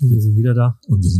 Wir sind wieder da.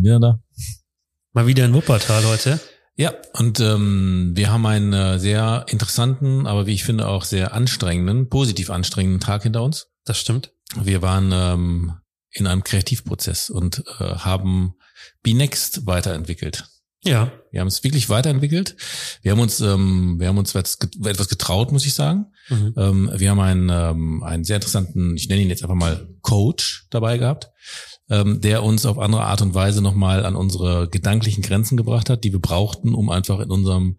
Mal wieder in Wuppertal heute. Ja, und wir haben einen sehr interessanten, aber wie ich finde auch sehr anstrengenden, positiv anstrengenden Tag hinter uns. Das stimmt. Wir waren in einem Kreativprozess und haben BeNext weiterentwickelt. Ja. Wir haben es wirklich weiterentwickelt. Wir haben uns etwas getraut, muss ich sagen. Mhm. Wir haben einen sehr interessanten, ich nenne ihn jetzt einfach mal Coach dabei gehabt, der uns auf andere Art und Weise nochmal an unsere gedanklichen Grenzen gebracht hat, die wir brauchten, um einfach in unserem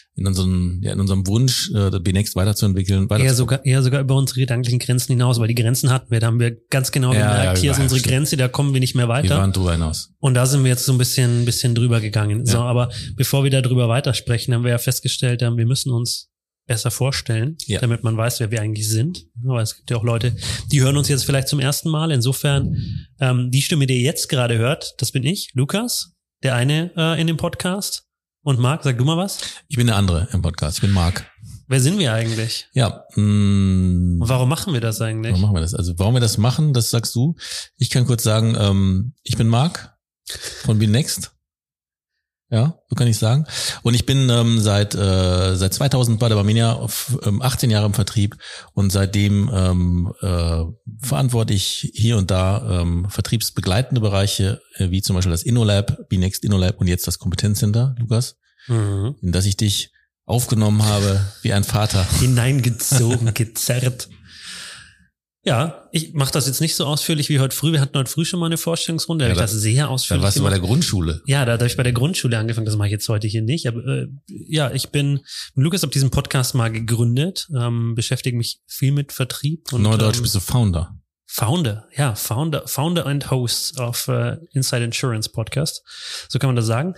Wunsch, BeNext weiterzuentwickeln. Eher sogar über unsere gedanklichen Grenzen hinaus, weil die Grenzen hatten wir, da haben wir ganz genau gemerkt, hier ist unsere Grenze, da kommen wir nicht mehr weiter. Wir waren drüber hinaus. Und da sind wir jetzt so ein bisschen drüber gegangen. Ja. So, aber bevor wir da drüber weitersprechen, haben wir ja festgestellt, wir müssen uns besser vorstellen, damit man weiß, wer wir eigentlich sind. Aber es gibt ja auch Leute, die hören uns jetzt vielleicht zum ersten Mal. Insofern, die Stimme, die ihr jetzt gerade hört, das bin ich, Lukas, der eine in dem Podcast. Und Marc, sag du mal was? Ich bin der andere im Podcast. Ich bin Marc. Wer sind wir eigentlich? Ja. Und warum machen wir das eigentlich? Warum machen wir das? Also warum wir das machen, das sagst du. Ich kann kurz sagen, ich bin Marc von BeNext. Ja, so kann ich sagen. Und ich bin seit 2000 bei der Barmenia 18 Jahre im Vertrieb und seitdem verantworte ich hier und da vertriebsbegleitende Bereiche, wie zum Beispiel das InnoLab, BeNext InnoLab und jetzt das Kompetenzcenter, Lukas, in das ich dich aufgenommen habe wie ein Vater. Hineingezogen, gezerrt. Ja, ich mache das jetzt nicht so ausführlich wie heute früh. Wir hatten heute früh schon mal eine Vorstellungsrunde, da habe ich das sehr ausführlich gemacht. Da warst du bei der Grundschule. Ja, da habe ich bei der Grundschule angefangen, das mache ich jetzt heute hier nicht. Aber ich bin mit Lukas auf diesem Podcast mal gegründet, beschäftige mich viel mit Vertrieb. Und Neudeutsch bist du Founder. Founder and Host of Inside Insurance Podcast, so kann man das sagen.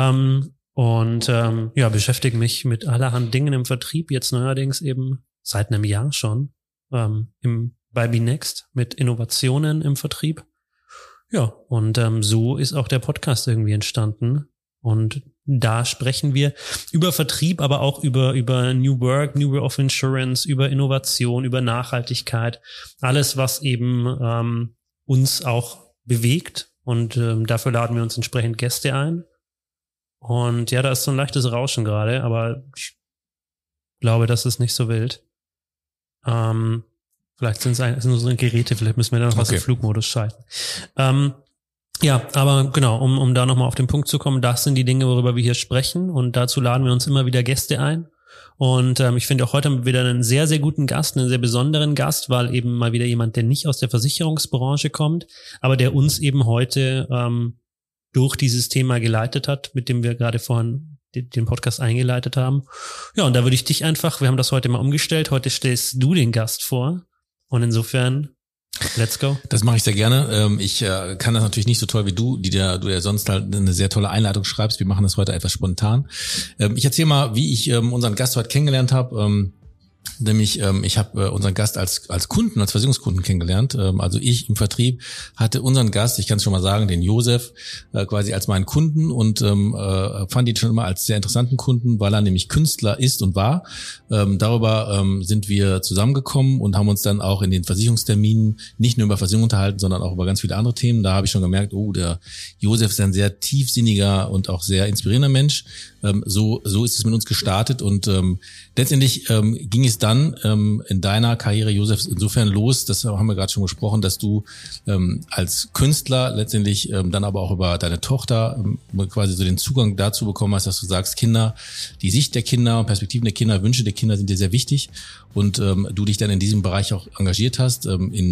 Beschäftige mich mit allerhand Dingen im Vertrieb, jetzt neuerdings eben seit einem Jahr schon, bei BeNext mit Innovationen im Vertrieb. Ja, und so ist auch der Podcast irgendwie entstanden. Und da sprechen wir über Vertrieb, aber auch über New Work, New Way of Insurance, über Innovation, über Nachhaltigkeit. Alles, was eben uns auch bewegt. Und dafür laden wir uns entsprechend Gäste ein. Und ja, da ist so ein leichtes Rauschen gerade, aber ich glaube, das ist nicht so wild. Vielleicht sind unsere Geräte, vielleicht müssen wir da noch was im Flugmodus schalten. Aber genau, um da nochmal auf den Punkt zu kommen, das sind die Dinge, worüber wir hier sprechen und dazu laden wir uns immer wieder Gäste ein. Und ich finde auch heute wieder einen sehr, sehr guten Gast, einen sehr besonderen Gast, weil eben mal wieder jemand, der nicht aus der Versicherungsbranche kommt, aber der uns eben heute durch dieses Thema geleitet hat, mit dem wir gerade vorhin den Podcast eingeleitet haben. Ja, und da würde ich dich einfach, wir haben das heute mal umgestellt, heute stellst du den Gast vor. Und insofern, let's go. Das mache ich sehr gerne. Ich kann das natürlich nicht so toll wie du, du ja sonst halt eine sehr tolle Einleitung schreibst. Wir machen das heute etwas spontan. Ich erzähle mal, wie ich unseren Gast heute kennengelernt habe. Nämlich, ich habe unseren Gast als Versicherungskunden kennengelernt. Also ich im Vertrieb hatte unseren Gast, ich kann es schon mal sagen, den Josef, quasi als meinen Kunden und fand ihn schon immer als sehr interessanten Kunden, weil er nämlich Künstler ist und war. Darüber sind wir zusammengekommen und haben uns dann auch in den Versicherungsterminen nicht nur über Versicherung unterhalten, sondern auch über ganz viele andere Themen. Da habe ich schon gemerkt, der Josef ist ein sehr tiefsinniger und auch sehr inspirierender Mensch. So ist es mit uns gestartet und letztendlich ging es dann in deiner Karriere, Josef, insofern los, das haben wir gerade schon gesprochen, dass du als Künstler letztendlich dann aber auch über deine Tochter quasi so den Zugang dazu bekommen hast, dass du sagst, Kinder, die Sicht der Kinder, Perspektiven der Kinder, Wünsche der Kinder sind dir sehr wichtig und du dich dann in diesem Bereich auch engagiert hast,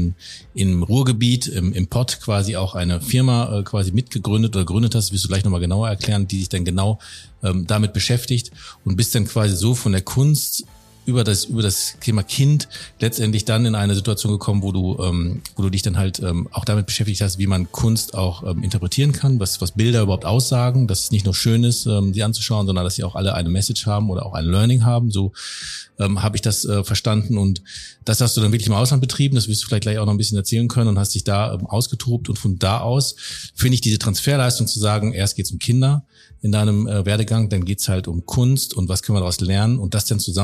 im Ruhrgebiet, im Pott quasi auch eine Firma quasi mitgegründet oder gegründet hast, wirst du gleich nochmal genauer erklären, die sich dann genau damit beschäftigt und bist dann quasi so von der Kunst über das Thema Kind letztendlich dann in eine Situation gekommen, wo du dich dann halt auch damit beschäftigt hast, wie man Kunst auch interpretieren kann, was Bilder überhaupt aussagen, dass es nicht nur schön ist, sie anzuschauen, sondern dass sie auch alle eine Message haben oder auch ein Learning haben. So habe ich das verstanden und das hast du dann wirklich im Ausland betrieben, das wirst du vielleicht gleich auch noch ein bisschen erzählen können und hast dich da ausgetobt und von da aus finde ich diese Transferleistung zu sagen, erst geht's um Kinder in deinem Werdegang, dann geht's halt um Kunst und was können wir daraus lernen und das dann zusammenzubilden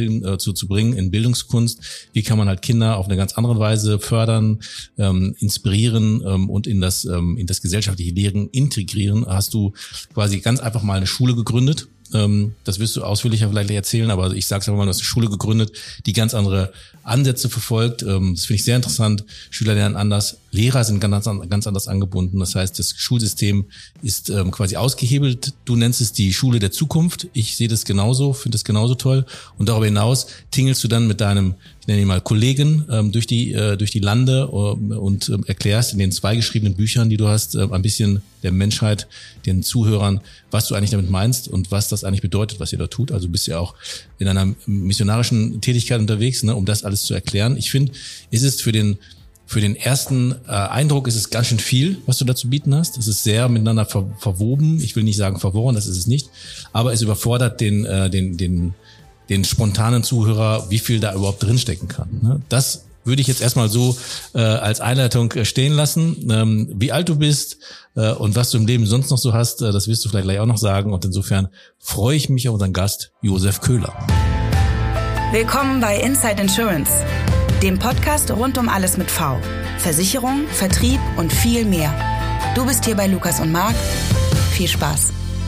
zu bringen in Bildungskunst. Wie kann man halt Kinder auf eine ganz andere Weise fördern, inspirieren und in das gesellschaftliche Lehren integrieren? Hast du quasi ganz einfach mal eine Schule gegründet. Das wirst du ausführlicher vielleicht erzählen, aber ich sage es einfach mal, du hast eine Schule gegründet, die ganz andere Ansätze verfolgt. Das finde ich sehr interessant. Schüler lernen anders, Lehrer sind ganz anders angebunden. Das heißt, das Schulsystem ist quasi ausgehebelt. Du nennst es die Schule der Zukunft. Ich sehe das genauso, finde das genauso toll. Und darüber hinaus tingelst du dann mit deinem, ich nenne ihn mal Kollegen, durch die Lande und erklärst in den 2 geschriebenen Büchern, die du hast, ein bisschen der Menschheit, den Zuhörern, was du eigentlich damit meinst und was das eigentlich bedeutet, was ihr da tut. Also du bist ja auch in einer missionarischen Tätigkeit unterwegs, ne, um das alles zu erklären. Ich finde, ist es für den ersten Eindruck ist es ganz schön viel, was du da zu bieten hast. Es ist sehr miteinander verwoben. Ich will nicht sagen verworren, das ist es nicht. Aber es überfordert den spontanen Zuhörer, wie viel da überhaupt drinstecken kann. Ne? Das würde ich jetzt erstmal so als Einleitung stehen lassen. Wie alt du bist und was du im Leben sonst noch so hast, das wirst du vielleicht gleich auch noch sagen. Und insofern freue ich mich auf unseren Gast, Josef Köhler. Willkommen bei Inside Insurance, dem Podcast rund um alles mit V. Versicherung, Vertrieb und viel mehr. Du bist hier bei Lukas und Marc. Viel Spaß.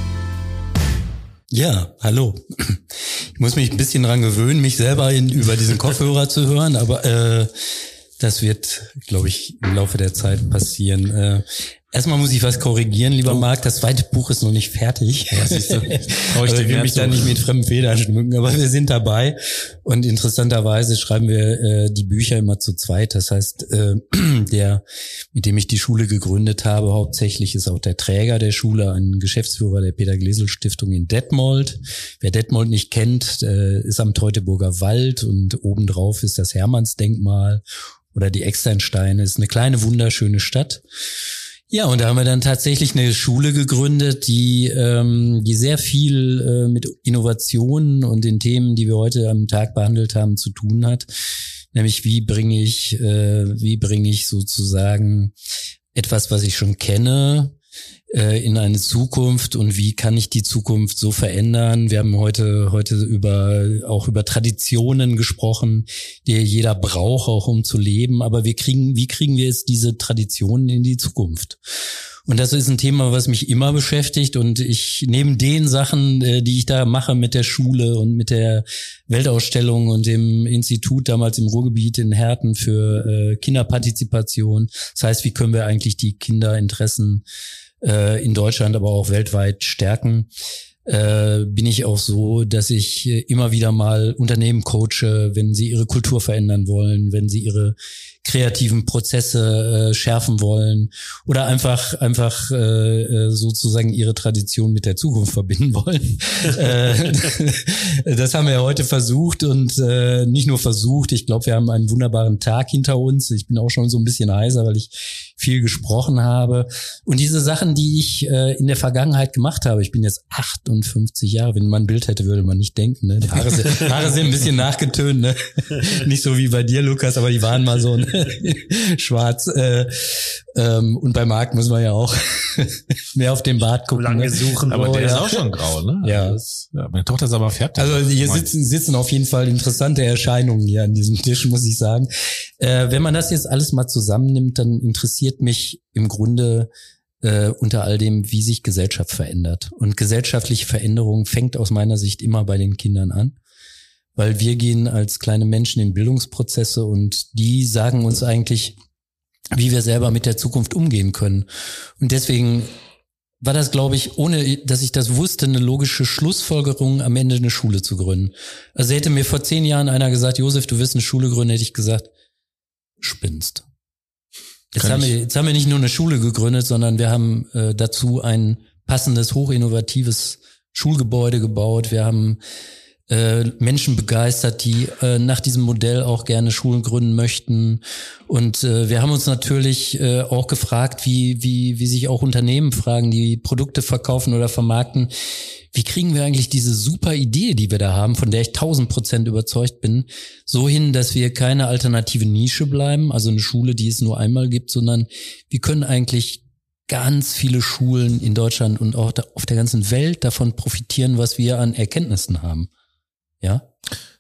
Ja, hallo. Ich muss mich ein bisschen dran gewöhnen, mich selber über diesen Kopfhörer zu hören, aber das wird, glaube ich, im Laufe der Zeit passieren. Erstmal muss ich was korrigieren, lieber Marc. Das 2. Buch ist noch nicht fertig. Ja, siehst du. Also ich will mich da nicht mit fremden Federn schmücken, aber wir sind dabei. Und interessanterweise schreiben wir die Bücher immer zu zweit. Das heißt, der, mit dem ich die Schule gegründet habe, hauptsächlich ist auch der Träger der Schule, ein Geschäftsführer der Peter-Glesel-Stiftung in Detmold. Wer Detmold nicht kennt, ist am Teutoburger Wald und obendrauf ist das Hermannsdenkmal oder die Externsteine. Ist eine kleine, wunderschöne Stadt. Ja, und da haben wir dann tatsächlich eine Schule gegründet, die sehr viel mit Innovationen und den Themen, die wir heute am Tag behandelt haben, zu tun hat. Nämlich wie bringe ich sozusagen etwas, was ich schon kenne, in eine Zukunft und wie kann ich die Zukunft so verändern? Wir haben heute auch über Traditionen gesprochen, die jeder braucht, auch um zu leben. Aber wie kriegen wir jetzt diese Traditionen in die Zukunft? Und das ist ein Thema, was mich immer beschäftigt. Und ich neben den Sachen, die ich da mache mit der Schule und mit der Weltausstellung und dem Institut damals im Ruhrgebiet in Herten für Kinderpartizipation. Das heißt, wie können wir eigentlich die Kinderinteressen in Deutschland, aber auch weltweit stärken, bin ich auch so, dass ich immer wieder mal Unternehmen coache, wenn sie ihre Kultur verändern wollen, wenn sie ihre kreativen Prozesse schärfen wollen oder einfach sozusagen ihre Tradition mit der Zukunft verbinden wollen. Das haben wir heute versucht und nicht nur versucht, ich glaube, wir haben einen wunderbaren Tag hinter uns. Ich bin auch schon so ein bisschen heiser, weil ich viel gesprochen habe. Und diese Sachen, die ich in der Vergangenheit gemacht habe, ich bin jetzt 58 Jahre, wenn man ein Bild hätte, würde man nicht denken. Ne? Die Haare sind ein bisschen nachgetönt, ne? Nicht so wie bei dir, Lukas, aber die waren mal so schwarz. Und bei Marc muss man ja auch mehr auf den Bart gucken. Lange suchen. Aber der ist auch schon grau, ne? Ja. Meine Tochter ist aber färbt. Also hier sitzen auf jeden Fall interessante Erscheinungen hier an diesem Tisch, muss ich sagen. Wenn man das jetzt alles mal zusammennimmt, dann interessiert mich im Grunde unter all dem, wie sich Gesellschaft verändert. Und gesellschaftliche Veränderung fängt aus meiner Sicht immer bei den Kindern an. Weil wir gehen als kleine Menschen in Bildungsprozesse und die sagen uns eigentlich, wie wir selber mit der Zukunft umgehen können. Und deswegen war das, glaube ich, ohne dass ich das wusste, eine logische Schlussfolgerung, am Ende eine Schule zu gründen. Also hätte mir vor 10 Jahren einer gesagt, Josef, du wirst eine Schule gründen, hätte ich gesagt, spinnst. Jetzt haben wir nicht nur eine Schule gegründet, sondern wir haben dazu ein passendes, hochinnovatives Schulgebäude gebaut. Wir haben Menschen begeistert, die nach diesem Modell auch gerne Schulen gründen möchten. Und wir haben uns natürlich auch gefragt, wie sich auch Unternehmen fragen, die Produkte verkaufen oder vermarkten. Wie kriegen wir eigentlich diese super Idee, die wir da haben, von der ich 1000% überzeugt bin, so hin, dass wir keine alternative Nische bleiben, also eine Schule, die es nur einmal gibt, sondern wir können eigentlich ganz viele Schulen in Deutschland und auch auf der ganzen Welt davon profitieren, was wir an Erkenntnissen haben. Ja?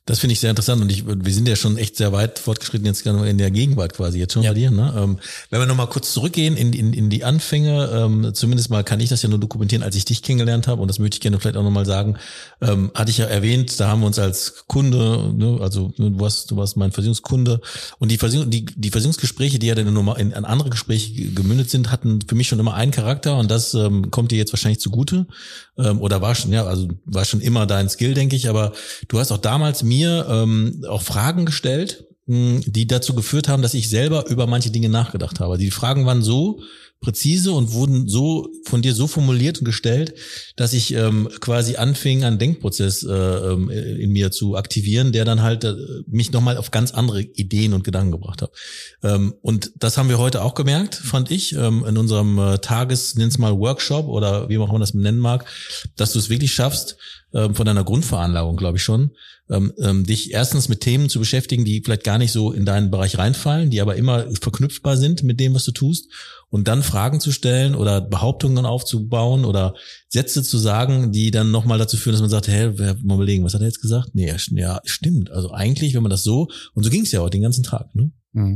Das finde ich sehr interessant und wir sind ja schon echt sehr weit fortgeschritten jetzt in der Gegenwart quasi jetzt schon bei dir. Ne? Wenn wir nochmal kurz zurückgehen in die Anfänge, zumindest mal kann ich das ja nur dokumentieren, als ich dich kennengelernt habe und das möchte ich gerne vielleicht auch nochmal sagen, hatte ich ja erwähnt, da haben wir uns als Kunde, ne, also du warst mein Versicherungskunde und die Versicherungsgespräche, die ja dann nochmal in andere Gespräche gemündet sind, hatten für mich schon immer einen Charakter und das kommt dir jetzt wahrscheinlich zugute oder war schon immer dein Skill, denke ich, aber du hast auch damals mir auch Fragen gestellt, die dazu geführt haben, dass ich selber über manche Dinge nachgedacht habe. Die Fragen waren so präzise und wurden so von dir so formuliert und gestellt, dass ich quasi anfing, einen Denkprozess in mir zu aktivieren, der dann halt mich nochmal auf ganz andere Ideen und Gedanken gebracht hat. Und das haben wir heute auch gemerkt, fand ich, in unserem nenn's mal Workshop oder wie auch immer man das nennen mag, dass du es wirklich schaffst, von deiner Grundveranlagung, glaube ich schon, dich erstens mit Themen zu beschäftigen, die vielleicht gar nicht so in deinen Bereich reinfallen, die aber immer verknüpfbar sind mit dem, was du tust und dann Fragen zu stellen oder Behauptungen aufzubauen oder Sätze zu sagen, die dann nochmal dazu führen, dass man sagt, mal überlegen, was hat er jetzt gesagt? Nee, ja, stimmt. Also eigentlich, wenn man das so, und so ging es ja auch den ganzen Tag, ne?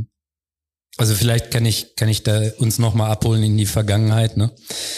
Also vielleicht kann ich da uns nochmal abholen in die Vergangenheit, ne?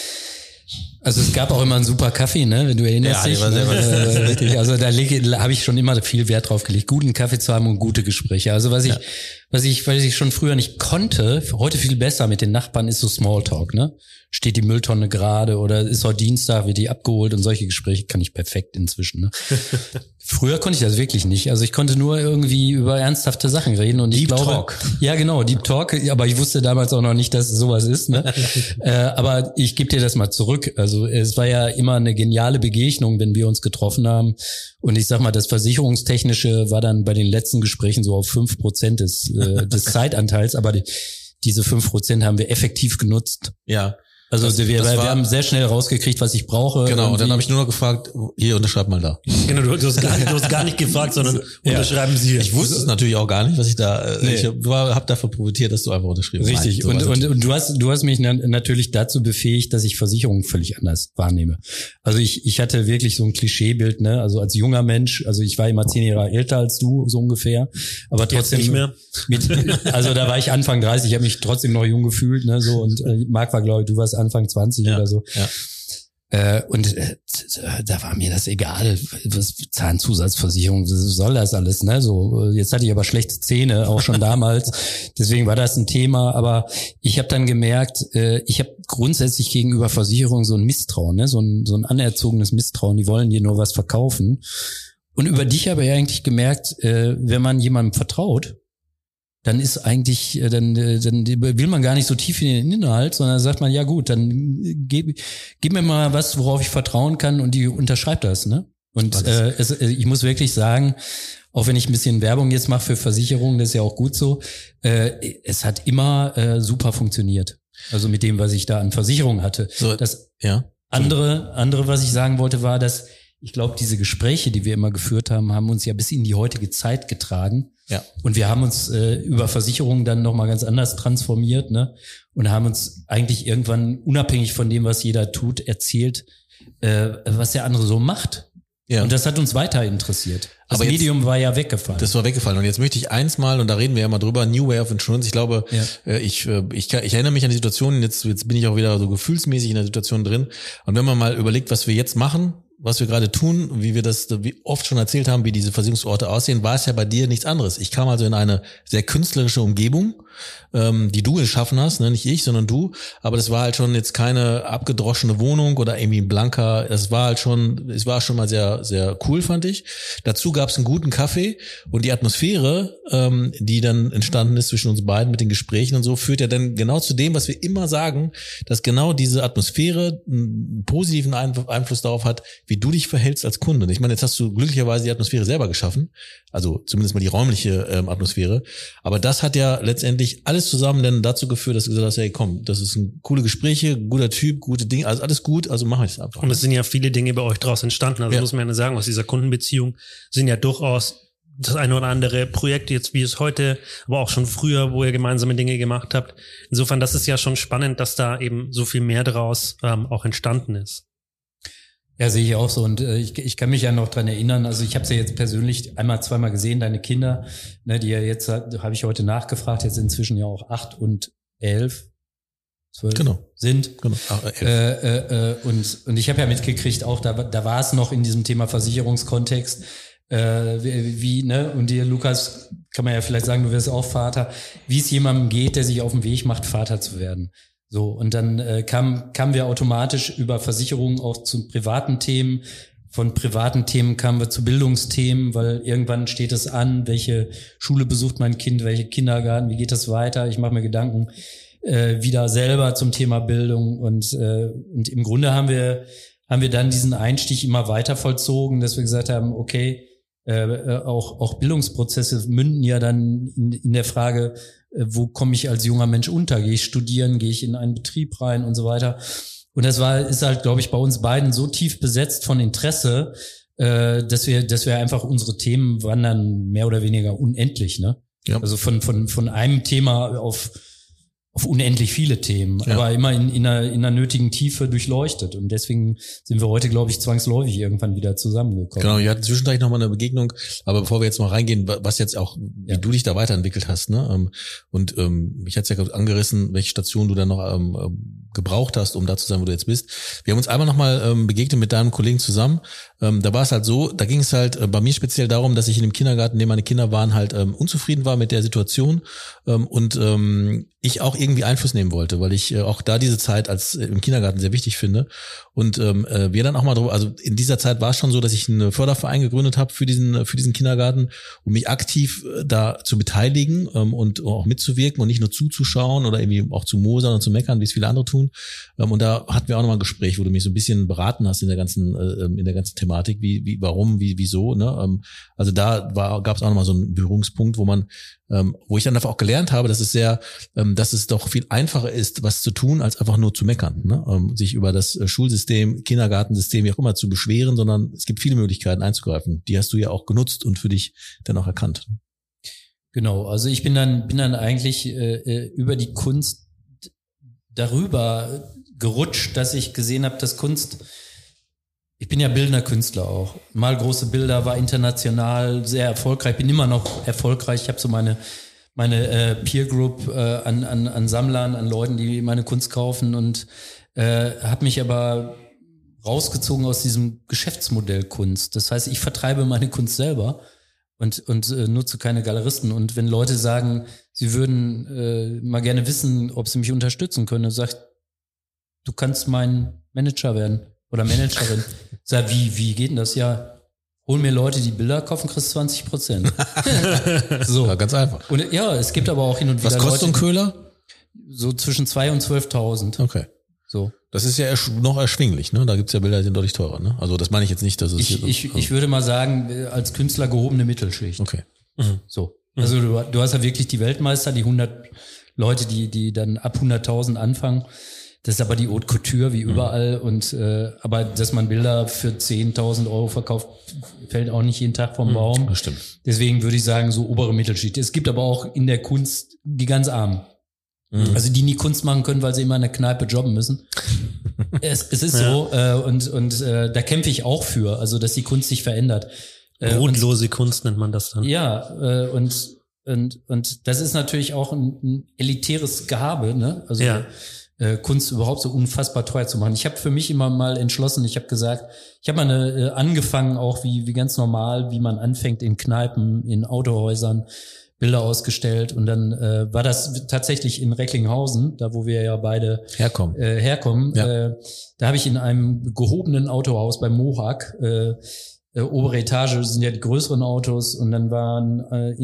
Also es gab auch immer einen super Kaffee, ne, wenn du erinnerst dich. Richtig. Also da habe ich schon immer viel Wert drauf gelegt, guten Kaffee zu haben und gute Gespräche. Also was ich schon früher nicht konnte, heute viel besser mit den Nachbarn, ist so Smalltalk, ne? Steht die Mülltonne gerade oder ist heute Dienstag, wird die abgeholt und solche Gespräche kann ich perfekt inzwischen, ne? Früher konnte ich das wirklich nicht. Also ich konnte nur irgendwie über ernsthafte Sachen reden und ich glaube, Talk. Ja genau, Deep Talk, aber ich wusste damals auch noch nicht, dass es sowas ist, ne? Aber ich gebe dir das mal zurück. Also es war ja immer eine geniale Begegnung, wenn wir uns getroffen haben und ich sag mal, das Versicherungstechnische war dann bei den letzten Gesprächen so auf 5% des Zeitanteils, aber diese 5% haben wir effektiv genutzt. Ja. Also wir haben sehr schnell rausgekriegt, was ich brauche. Genau, und dann habe ich nur noch gefragt, hier, unterschreib mal da. Genau, du hast gar nicht gefragt, sondern unterschreiben Sie hier. Ich wusste es natürlich auch gar nicht, was ich da, ich habe davon profitiert, dass du einfach unterschrieben hast. Richtig, und du hast mich natürlich dazu befähigt, dass ich Versicherungen völlig anders wahrnehme. Also ich hatte wirklich so ein Klischeebild, ne, also als junger Mensch, also ich war immer 10 Jahre älter als du, so ungefähr, aber trotzdem jetzt nicht mehr. Also da war ich Anfang 30, ich habe mich trotzdem noch jung gefühlt, ne, so und Marc war, glaube ich, du warst Anfang 20 oder so. Ja. Und da war mir das egal, was Zahnzusatzversicherung, was soll das alles, ne? So, jetzt hatte ich aber schlechte Zähne, auch schon damals. Deswegen war das ein Thema. Aber ich habe dann gemerkt, ich habe grundsätzlich gegenüber Versicherungen so ein Misstrauen, ne? So ein anerzogenes Misstrauen. Die wollen dir nur was verkaufen. Und über dich habe ich eigentlich gemerkt, wenn man jemandem vertraut, dann ist eigentlich, dann will man gar nicht so tief in den Inhalt, sondern sagt man, ja gut, dann gib mir mal was, worauf ich vertrauen kann und die unterschreibt das, ne? Und ich muss wirklich sagen, auch wenn ich ein bisschen Werbung jetzt mache für Versicherungen, das ist ja auch gut so, es hat immer super funktioniert. Also mit dem, was ich da an Versicherung hatte. So, das andere, was ich sagen wollte, war, dass ich glaube, diese Gespräche, die wir immer geführt haben, haben uns ja bis in die heutige Zeit getragen. Ja. Und wir haben uns über Versicherungen dann nochmal ganz anders transformiert, ne? Und haben uns eigentlich irgendwann unabhängig von dem, was jeder tut, erzählt, was der andere so macht. Ja. Und das hat uns weiter interessiert. Das aber Medium war ja weggefallen. Das war weggefallen. Und jetzt möchte ich eins mal, und da reden wir ja mal drüber, New Way of Insurance. Ich glaube, ich erinnere mich an die Situation, jetzt bin ich auch wieder so gefühlsmäßig in der Situation drin. Und wenn man mal überlegt, was wir jetzt machen, was wir gerade tun, wie oft schon erzählt haben, wie diese Versicherungsorte aussehen, war es ja bei dir nichts anderes. Ich kam also in eine sehr künstlerische Umgebung, die du geschaffen hast, ne, nicht ich, sondern du. Aber das war halt schon jetzt keine abgedroschene Wohnung oder irgendwie ein blanker. Es war schon mal sehr, sehr cool, fand ich. Dazu gab es einen guten Kaffee und die Atmosphäre, die dann entstanden ist zwischen uns beiden mit den Gesprächen und so, führt ja dann genau zu dem, was wir immer sagen, dass genau diese Atmosphäre einen positiven Einfluss darauf hat, wie du dich verhältst als Kunde. Ich meine, jetzt hast du glücklicherweise die Atmosphäre selber geschaffen, also zumindest mal die räumliche Atmosphäre. Aber das hat ja letztendlich alles zusammen dann dazu geführt, dass du gesagt hast, hey komm, das ist coole Gespräche, guter Typ, gute Dinge, also alles gut, also mache ich es einfach. Und es sind ja viele Dinge bei euch draus entstanden, also muss man ja sagen, aus dieser Kundenbeziehung sind ja durchaus das eine oder andere Projekt jetzt, wie es heute, aber auch schon früher, wo ihr gemeinsame Dinge gemacht habt. Insofern, das ist ja schon spannend, dass da eben so viel mehr draus auch entstanden ist. Ja, sehe ich auch so. Und ich kann mich ja noch dran erinnern, also ich habe sie ja jetzt persönlich einmal, zweimal gesehen, deine Kinder, ne, die ja jetzt, habe ich heute nachgefragt, jetzt inzwischen ja auch 8 und 11, 12 sind. Genau. 11. Und ich habe ja mitgekriegt, auch da war es noch in diesem Thema Versicherungskontext, ne, und dir, Lukas, kann man ja vielleicht sagen, du wirst auch Vater, wie es jemandem geht, der sich auf den Weg macht, Vater zu werden. So, und dann kamen wir automatisch über Versicherungen auch zu privaten Themen. Von privaten Themen kamen wir zu Bildungsthemen, weil irgendwann steht es an, welche Schule besucht mein Kind, welche Kindergarten, wie geht das weiter? Ich mache mir Gedanken wieder selber zum Thema Bildung. Und im Grunde haben wir dann diesen Einstieg immer weiter vollzogen, dass wir gesagt haben, okay, auch Bildungsprozesse münden ja dann in der Frage, wo komme ich als junger Mensch unter? Gehe ich studieren? Gehe ich in einen Betrieb rein und so weiter? Und ist halt, glaube ich, bei uns beiden so tief besetzt von Interesse, dass wir einfach unsere Themen wandern mehr oder weniger unendlich, ne? Ja. Also von einem Thema auf unendlich viele Themen, ja. Aber immer in einer nötigen Tiefe durchleuchtet. Und deswegen sind wir heute, glaube ich, zwangsläufig irgendwann wieder zusammengekommen. Genau, wir hatten zwischendurch nochmal eine Begegnung, aber bevor wir jetzt mal reingehen, was jetzt auch, wie du dich da weiterentwickelt hast, ne? Und ich hatte es ja angerissen, welche Station du dann noch gebraucht hast, um da zu sein, wo du jetzt bist. Wir haben uns einmal nochmal begegnet mit deinem Kollegen zusammen. Da war es halt so, da ging es halt bei mir speziell darum, dass ich in dem Kindergarten, in dem meine Kinder waren, halt unzufrieden war mit der Situation und ich auch irgendwie Einfluss nehmen wollte, weil ich auch da diese Zeit als im Kindergarten sehr wichtig finde. Und wir dann auch mal drüber, also in dieser Zeit war es schon so, dass ich einen Förderverein gegründet habe für diesen Kindergarten, um mich aktiv da zu beteiligen und auch mitzuwirken und nicht nur zuzuschauen oder irgendwie auch zu mosern und zu meckern, wie es viele andere tun. Und da hatten wir auch nochmal ein Gespräch, wo du mich so ein bisschen beraten hast in der ganzen Thematik, wie warum, wieso, ne? Also da gab es auch nochmal so einen Berührungspunkt, wo ich dann einfach auch gelernt habe, dass es doch viel einfacher ist, was zu tun, als einfach nur zu meckern, ne? Sich über das Schulsystem, Kindergartensystem, wie auch immer zu beschweren, sondern es gibt viele Möglichkeiten einzugreifen. Die hast du ja auch genutzt und für dich dann auch erkannt. Genau, also ich bin dann eigentlich über die Kunst darüber gerutscht, dass ich gesehen habe, dass Kunst, ich bin ja bildender Künstler auch, mal große Bilder, war international sehr erfolgreich, bin immer noch erfolgreich, ich habe so meine Peer Group an Sammlern, an Leuten, die meine Kunst kaufen und habe mich aber rausgezogen aus diesem Geschäftsmodell Kunst. Das heißt, ich vertreibe meine Kunst selber und nutze keine Galeristen. Und wenn Leute sagen, sie würden mal gerne wissen, ob sie mich unterstützen können, dann sagt, du kannst mein Manager werden oder Managerin. Sag, wie geht denn das? Ja, hol mir Leute, die Bilder kaufen, kriegst 20%. So. Ja, ganz einfach. Und ja, es gibt aber auch hin und wieder Was kostet so ein Köhler? So zwischen 2.000 und 12.000. Okay. So. Das ist ja noch erschwinglich, ne? Da gibt's ja Bilder, die sind deutlich teurer, ne? Also das meine ich jetzt nicht, dass es ich würde mal sagen, als Künstler gehobene Mittelschicht. Okay. Mhm. So. Also du hast ja wirklich die Weltmeister, die 100 Leute, die dann ab 100.000 anfangen. Das ist aber die Haute Couture wie überall und aber dass man Bilder für 10.000 Euro verkauft, fällt auch nicht jeden Tag vom Baum. Das stimmt. Deswegen würde ich sagen, so obere Mittelschicht. Es gibt aber auch in der Kunst die ganz Armen. Also die nie Kunst machen können, weil sie immer in der Kneipe jobben müssen. Es ist so und da kämpfe ich auch für, also dass die Kunst sich verändert. Brotlose Kunst nennt man das dann. Ja, und das ist natürlich auch ein elitäres Gehabe, ne? Also Kunst überhaupt so unfassbar teuer zu machen. Ich habe für mich immer mal entschlossen, ich habe gesagt, ich habe mal angefangen auch wie ganz normal, wie man anfängt in Kneipen, in Autohäusern, Bilder ausgestellt und dann war das tatsächlich in Recklinghausen, da wo wir ja beide herkommen. Ja. Da habe ich in einem gehobenen Autohaus bei Mohawk, obere Etage sind ja die größeren Autos und dann waren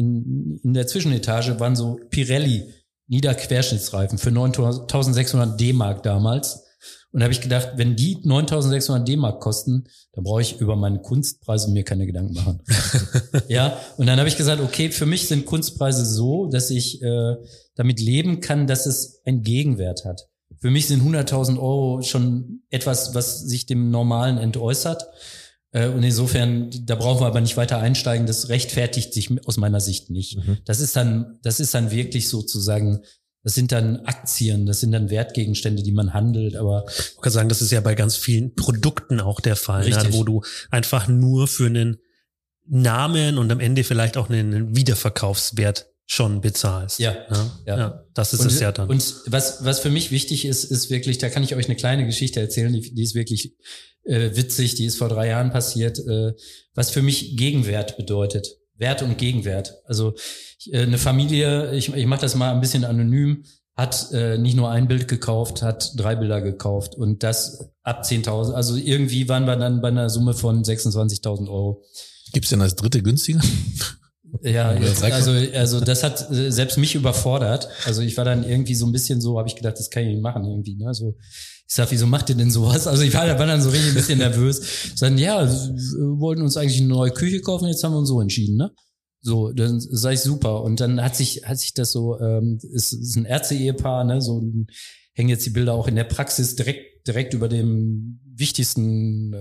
in der Zwischenetage waren so Pirelli Niederquerschnittsreifen für 9.600 D-Mark damals. Und da habe ich gedacht, wenn die 9.600 D-Mark kosten, dann brauche ich über meine Kunstpreise mir keine Gedanken machen. Ja, und dann habe ich gesagt, okay, für mich sind Kunstpreise so, dass ich damit leben kann, dass es einen Gegenwert hat. Für mich sind 100.000 Euro schon etwas, was sich dem Normalen entäußert. Und insofern, da brauchen wir aber nicht weiter einsteigen, das rechtfertigt sich aus meiner Sicht nicht. Das ist dann wirklich sozusagen Das sind dann Aktien, das sind dann Wertgegenstände, die man handelt, aber ich kann sagen, das ist ja bei ganz vielen Produkten auch der Fall, ne? Wo du einfach nur für einen Namen und am Ende vielleicht auch einen Wiederverkaufswert schon bezahlst. Ja. Das ist es ja dann. Und was für mich wichtig ist wirklich, da kann ich euch eine kleine Geschichte erzählen, die ist wirklich witzig, die ist vor 3 Jahren passiert, was für mich Gegenwert bedeutet. Wert und Gegenwert. Also eine Familie, ich mache das mal ein bisschen anonym, hat nicht nur ein Bild gekauft, hat 3 Bilder gekauft und das ab 10.000. Also irgendwie waren wir dann bei einer Summe von 26.000 Euro. Gibt's denn als dritte günstiger? Ja, also das hat selbst mich überfordert. Also ich war dann irgendwie so ein bisschen so, habe ich gedacht, das kann ich nicht machen irgendwie. Ne? So, ich sag, wieso macht ihr denn sowas? Also ich war dann so richtig ein bisschen nervös. Sagen, ja, wir wollten uns eigentlich eine neue Küche kaufen, jetzt haben wir uns so entschieden, ne? So, dann sag ich super. Und dann hat sich das so, ist ein Ärzte-Ehepaar, ne? So hängen jetzt die Bilder auch in der Praxis direkt über dem wichtigsten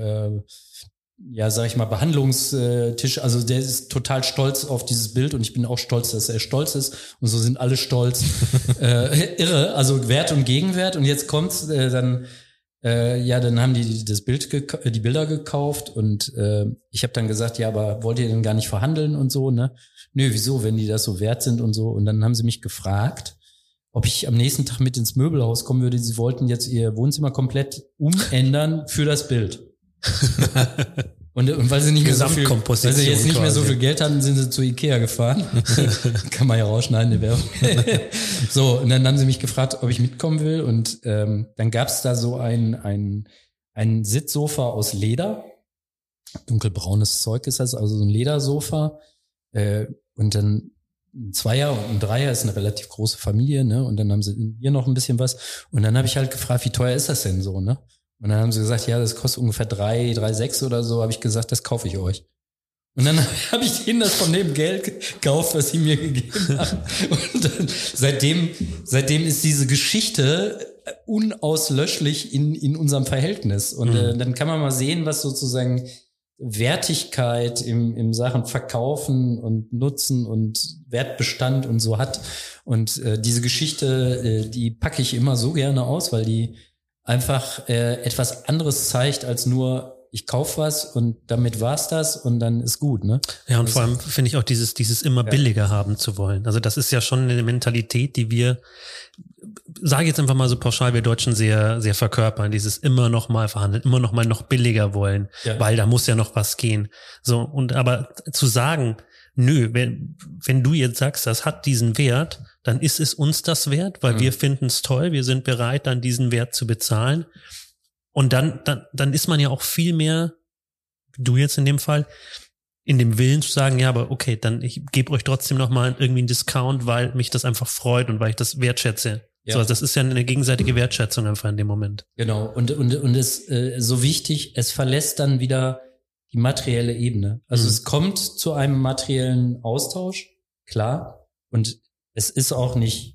sag ich mal, Behandlungstisch. Also der ist total stolz auf dieses Bild und ich bin auch stolz, dass er stolz ist und so sind alle stolz. Irre, also Wert und Gegenwert und jetzt kommt's, dann haben die die Bilder gekauft und ich habe dann gesagt, ja, aber wollt ihr denn gar nicht verhandeln und so, ne? Nö, wieso, wenn die das so wert sind und so. Und dann haben sie mich gefragt, ob ich am nächsten Tag mit ins Möbelhaus kommen würde. Sie wollten jetzt ihr Wohnzimmer komplett umändern für das Bild. Und weil sie nicht mehr weil sie jetzt nicht mehr so viel Geld hatten, sind sie zu Ikea gefahren. Kann man ja rausschneiden, die Werbung. So, und dann haben sie mich gefragt, ob ich mitkommen will. Und dann gab's da so ein Sitzsofa aus Leder. Dunkelbraunes Zeug ist das, also so ein Ledersofa. Und dann ein Zweier und ein Dreier ist eine relativ große Familie, ne? Und dann haben sie hier noch ein bisschen was. Und dann habe ich halt gefragt, wie teuer ist das denn so, ne? Und dann haben sie gesagt, ja, das kostet ungefähr 3,6 oder so. Habe ich gesagt, das kaufe ich euch. Und dann habe ich denen das von dem Geld gekauft, was sie mir gegeben haben. Und dann, seitdem ist diese Geschichte unauslöschlich in unserem Verhältnis. Und dann kann man mal sehen, was sozusagen Wertigkeit im Sachen Verkaufen und Nutzen und Wertbestand und so hat. Und diese Geschichte, die packe ich immer so gerne aus, weil die einfach etwas anderes zeigt als nur ich kaufe was und damit war's das und dann ist gut, ne? Ja, und vor allem finde ich auch dieses immer billiger haben zu wollen. Also das ist ja schon eine Mentalität, die wir, sage jetzt einfach mal so pauschal, wir Deutschen sehr, sehr verkörpern, dieses immer noch mal verhandeln, immer noch mal noch billiger wollen, weil da muss ja noch was gehen. So, und aber zu sagen, nö, wenn du jetzt sagst, das hat diesen Wert, dann ist es uns das wert, weil wir finden es toll, wir sind bereit, dann diesen Wert zu bezahlen. Und dann ist man ja auch viel mehr, du jetzt in dem Fall, in dem Willen zu sagen, ja, aber okay, dann ich gebe euch trotzdem nochmal irgendwie einen Discount, weil mich das einfach freut und weil ich das wertschätze. Ja. So, das ist ja eine gegenseitige Wertschätzung einfach in dem Moment. Genau, und es so wichtig, es verlässt dann wieder die materielle Ebene. Also es kommt zu einem materiellen Austausch, klar, und es ist auch nicht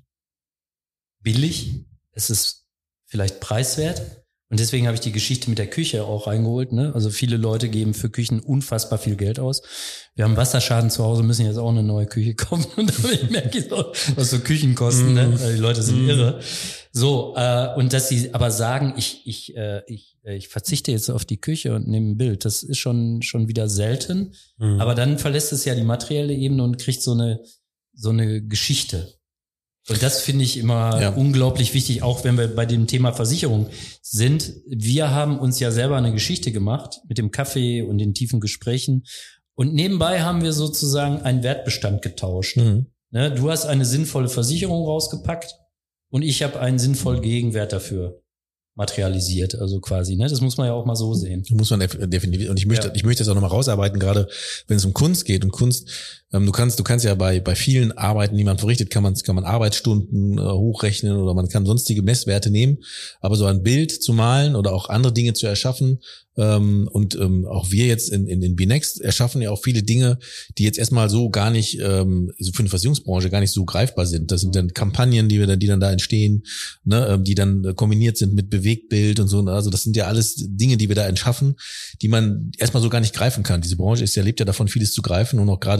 billig, es ist vielleicht preiswert. Und deswegen habe ich die Geschichte mit der Küche auch reingeholt, ne? Also viele Leute geben für Küchen unfassbar viel Geld aus. Wir haben Wasserschaden zu Hause, müssen jetzt auch eine neue Küche kaufen. Und ich merke ich auch, was so Küchen kosten, ne? Die Leute sind irre. So, und dass sie aber sagen, ich verzichte jetzt auf die Küche und nehme ein Bild, das ist schon wieder selten. Aber dann verlässt es ja die materielle Ebene und kriegt so eine Geschichte. Und das finde ich immer unglaublich wichtig, auch wenn wir bei dem Thema Versicherung sind. Wir haben uns ja selber eine Geschichte gemacht mit dem Kaffee und den tiefen Gesprächen. Und nebenbei haben wir sozusagen einen Wertbestand getauscht. Ne, du hast eine sinnvolle Versicherung rausgepackt und ich habe einen sinnvollen Gegenwert dafür materialisiert, also quasi, ne? Das muss man ja auch mal so sehen. Muss man definitiv. Und ich möchte das auch nochmal rausarbeiten, gerade wenn es um Kunst geht. Und Kunst, du kannst ja bei vielen Arbeiten, die man verrichtet, kann man Arbeitsstunden hochrechnen oder man kann sonstige Messwerte nehmen. Aber so ein Bild zu malen oder auch andere Dinge zu erschaffen, und auch wir jetzt in BNext erschaffen ja auch viele Dinge, die jetzt erstmal so gar nicht so für eine Versicherungsbranche gar nicht so greifbar sind. Das sind dann Kampagnen, die dann da entstehen, ne, die dann kombiniert sind mit Bewegtbild und so. Also das sind ja alles Dinge, die wir da erschaffen, die man erstmal so gar nicht greifen kann. Diese Branche lebt ja davon, vieles zu greifen, und auch gerade da in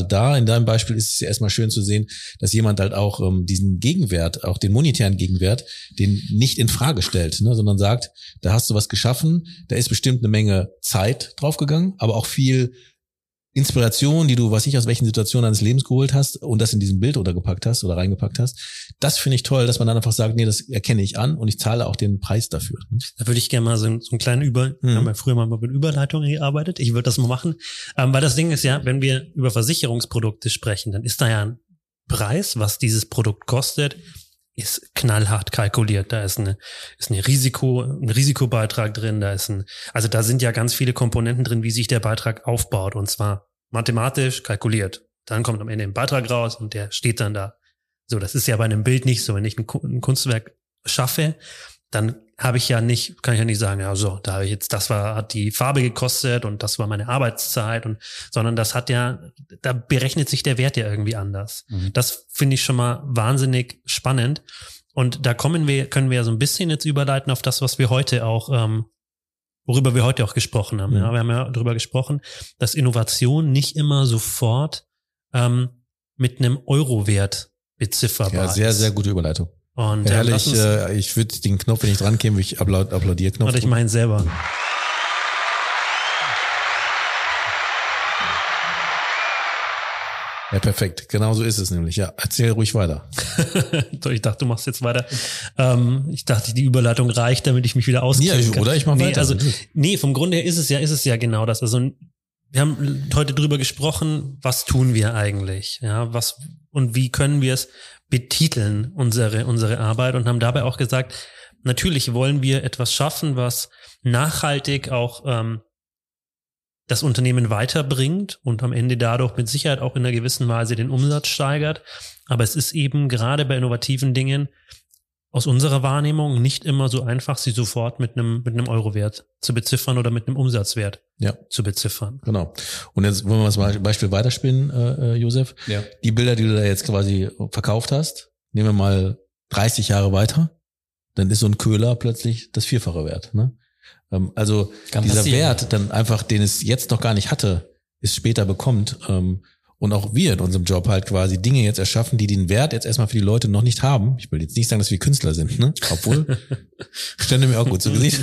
in deinem Beispiel ist es ja erstmal schön zu sehen, dass jemand halt auch diesen Gegenwert, auch den monetären Gegenwert, den nicht in Frage stellt, ne, sondern sagt, da hast du was geschaffen, da ist bestimmt eine Menge Zeit draufgegangen, aber auch viel Inspiration, die du, aus welchen Situationen deines Lebens geholt hast und das in diesem Bild reingepackt hast. Das finde ich toll, dass man dann einfach sagt, nee, das erkenne ich an und ich zahle auch den Preis dafür. Da würde ich gerne mal so einen kleinen wir haben ja früher mal mit Überleitungen gearbeitet. Ich würde das mal machen. Weil das Ding ist ja, wenn wir über Versicherungsprodukte sprechen, dann ist da ja ein Preis, was dieses Produkt kostet, ist knallhart kalkuliert. Da ist ein Risikobeitrag drin, also da sind ja ganz viele Komponenten drin, wie sich der Beitrag aufbaut, und zwar mathematisch kalkuliert. Dann kommt am Ende ein Beitrag raus und der steht dann da. So, das ist ja bei einem Bild nicht so. Wenn ich ein Kunstwerk schaffe, dann kann ich ja nicht sagen, ja so, hat die Farbe gekostet und das war meine Arbeitszeit sondern da berechnet sich der Wert ja irgendwie anders. Das finde ich schon mal wahnsinnig spannend. Und da können wir ja so ein bisschen jetzt überleiten auf das, was wir heute auch, worüber wir heute auch gesprochen haben. Ja, wir haben ja darüber gesprochen, dass Innovation nicht immer sofort mit einem Euro-Wert bezifferbar ist. Ja, sehr, sehr gute Überleitung. Und herrlich, ich würde den Knopf, wenn ich dran käme, ich Applaudier-Knopf. Oder ich meine selber. Ja, perfekt. Genau so ist es nämlich. Ja, erzähl ruhig weiter. Ich dachte, du machst jetzt weiter. Ich dachte, die Überleitung reicht, damit ich mich wieder auskenne. Ja, oder ich mache weiter. Vom Grunde her ist es ja genau das. Also wir haben heute drüber gesprochen, was tun wir eigentlich? Ja, und wie können wir es betiteln, unsere Arbeit, und haben dabei auch gesagt, natürlich wollen wir etwas schaffen, was nachhaltig auch das Unternehmen weiterbringt und am Ende dadurch mit Sicherheit auch in einer gewissen Weise den Umsatz steigert. Aber es ist eben gerade bei innovativen Dingen aus unserer Wahrnehmung nicht immer so einfach, sie sofort mit einem Eurowert zu beziffern oder mit einem Umsatzwert zu beziffern. Genau. Und jetzt wollen wir das Beispiel weiterspinnen, Josef. Ja. Die Bilder, die du da jetzt quasi verkauft hast, nehmen wir mal 30 Jahre weiter, dann ist so ein Köhler plötzlich das Vierfache wert, ne? Also dieser Wert dann einfach, den es jetzt noch gar nicht hatte, es später bekommt, und auch wir in unserem Job halt quasi Dinge jetzt erschaffen, die den Wert jetzt erstmal für die Leute noch nicht haben. Ich will jetzt nicht sagen, dass wir Künstler sind, ne? Obwohl, stände mir auch gut zu Gesicht.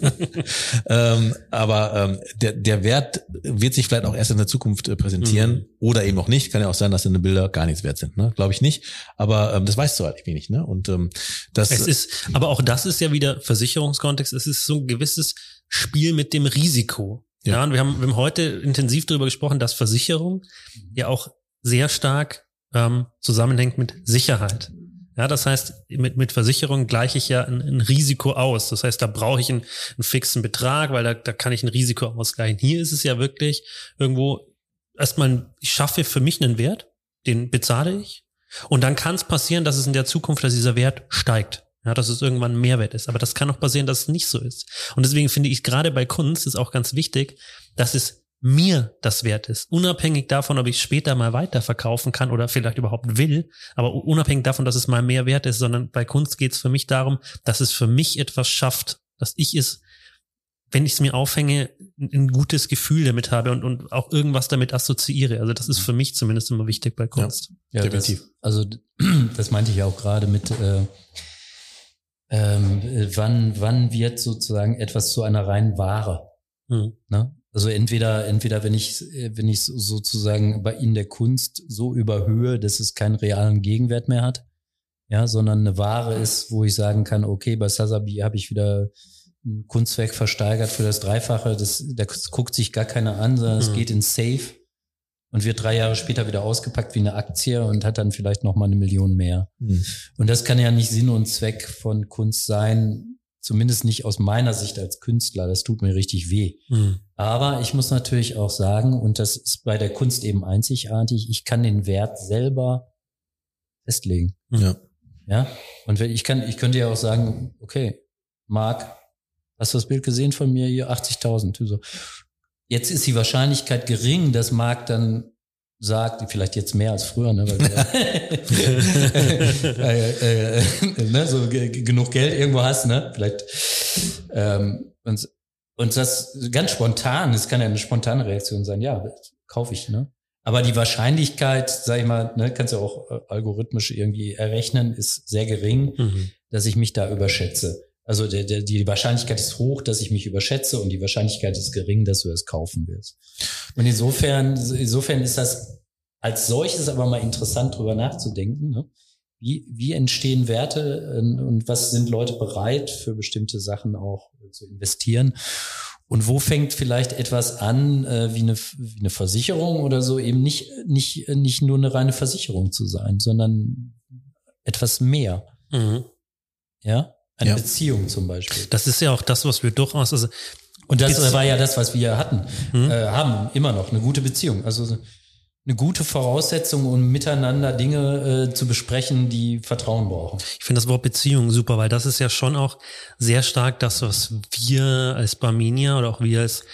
Aber der Wert wird sich vielleicht auch erst in der Zukunft präsentieren oder eben auch nicht. Kann ja auch sein, dass deine Bilder gar nichts wert sind, ne? Glaube ich nicht. Aber das weißt du halt irgendwie nicht, ne? Und aber auch das ist ja wieder Versicherungskontext. Es ist so ein gewisses Spiel mit dem Risiko. Ja, und wir haben heute intensiv darüber gesprochen, dass Versicherung ja auch sehr stark zusammenhängt mit Sicherheit. Ja, das heißt, mit Versicherung gleiche ich ja ein Risiko aus. Das heißt, da brauche ich einen fixen Betrag, weil da kann ich ein Risiko ausgleichen. Hier ist es ja wirklich irgendwo erstmal, ich schaffe für mich einen Wert, den bezahle ich. Und dann kann es passieren, dass es in der Zukunft, dass dieser Wert steigt. Ja, dass es irgendwann ein Mehrwert ist. Aber das kann auch passieren, dass es nicht so ist. Und deswegen finde ich, gerade bei Kunst ist auch ganz wichtig, dass es mir das wert ist. Unabhängig davon, ob ich später mal weiterverkaufen kann oder vielleicht überhaupt will. Aber unabhängig davon, dass es mal mehr wert ist, sondern bei Kunst geht es für mich darum, dass es für mich etwas schafft, dass ich es, wenn ich es mir aufhänge, ein gutes Gefühl damit habe und auch irgendwas damit assoziiere. Also das ist für mich zumindest immer wichtig bei Kunst. Ja, definitiv. Das meinte ich auch gerade mit wann wird sozusagen etwas zu einer reinen Ware? Ne? Also entweder wenn ich sozusagen bei Ihnen der Kunst so überhöhe, dass es keinen realen Gegenwert mehr hat, ja, sondern eine Ware ist, wo ich sagen kann, okay, bei Sotheby's habe ich wieder ein Kunstwerk versteigert für das Dreifache, da guckt sich gar keiner an, sondern es geht ins Safe und wird 3 Jahre später wieder ausgepackt wie eine Aktie und hat dann vielleicht noch mal 1 Million mehr. Und das kann ja nicht Sinn und Zweck von Kunst sein, zumindest nicht aus meiner Sicht als Künstler. Das tut mir richtig weh. Aber ich muss natürlich auch sagen, und das ist bei der Kunst eben einzigartig, ich kann den Wert selber festlegen. Ja. Und ich könnte ja auch sagen, okay, Marc, hast du das Bild gesehen von mir hier? 80.000. So. Jetzt ist die Wahrscheinlichkeit gering, dass Marc dann sagt, vielleicht jetzt mehr als früher, ne, weil ne, so genug Geld irgendwo hast, ne, vielleicht und das ganz spontan, es kann ja eine spontane Reaktion sein, ja, kaufe ich, ne. Aber die Wahrscheinlichkeit, sag ich mal, ne, kannst du auch algorithmisch irgendwie errechnen, ist sehr gering, dass ich mich da überschätze. Also die Wahrscheinlichkeit ist hoch, dass ich mich überschätze und die Wahrscheinlichkeit ist gering, dass du es kaufen wirst. Und insofern ist das als solches aber mal interessant, drüber nachzudenken, ne? Wie entstehen Werte und was sind Leute bereit, für bestimmte Sachen auch zu investieren? Und wo fängt vielleicht etwas an, wie eine Versicherung oder so, eben nicht nur eine reine Versicherung zu sein, sondern etwas mehr. Ja? Eine Beziehung zum Beispiel. Das ist ja auch das, was wir durchaus, also. Und das war ja das, was wir hatten, haben immer noch, eine gute Beziehung. Also eine gute Voraussetzung, um miteinander Dinge zu besprechen, die Vertrauen brauchen. Ich finde das Wort Beziehung super, weil das ist ja schon auch sehr stark das, was wir als Barmenia oder auch wir als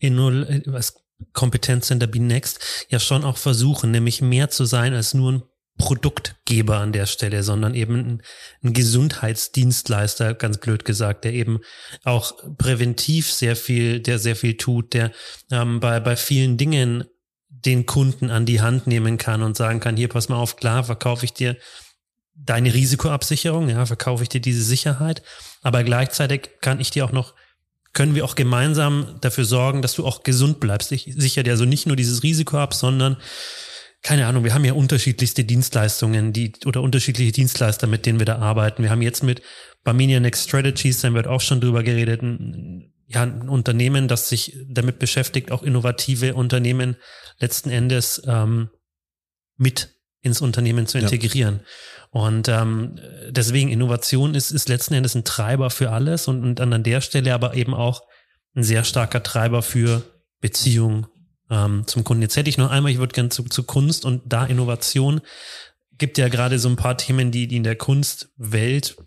Kompetenzcenter BeNext ja schon auch versuchen, nämlich mehr zu sein als nur ein Produktgeber an der Stelle, sondern eben ein Gesundheitsdienstleister, ganz blöd gesagt, der eben auch präventiv sehr viel tut, der bei vielen Dingen den Kunden an die Hand nehmen kann und sagen kann, hier, pass mal auf, klar, verkaufe ich dir deine Risikoabsicherung, ja, verkaufe ich dir diese Sicherheit, aber gleichzeitig können wir auch gemeinsam dafür sorgen, dass du auch gesund bleibst. Ich sichere dir also nicht nur dieses Risiko ab, sondern keine Ahnung, wir haben ja unterschiedlichste Dienstleistungen, oder unterschiedliche Dienstleister, mit denen wir da arbeiten. Wir haben jetzt mit Barmenia Next Strategies, da wird auch schon drüber geredet, ein Unternehmen, das sich damit beschäftigt, auch innovative Unternehmen letzten Endes mit ins Unternehmen zu integrieren. Ja. Und deswegen Innovation ist letzten Endes ein Treiber für alles und an der Stelle aber eben auch ein sehr starker Treiber für Beziehungen zum Kunden. Jetzt hätte ich noch einmal, ich würde gerne zu Kunst und da Innovation. Gibt ja gerade so ein paar Themen, die in der Kunstwelt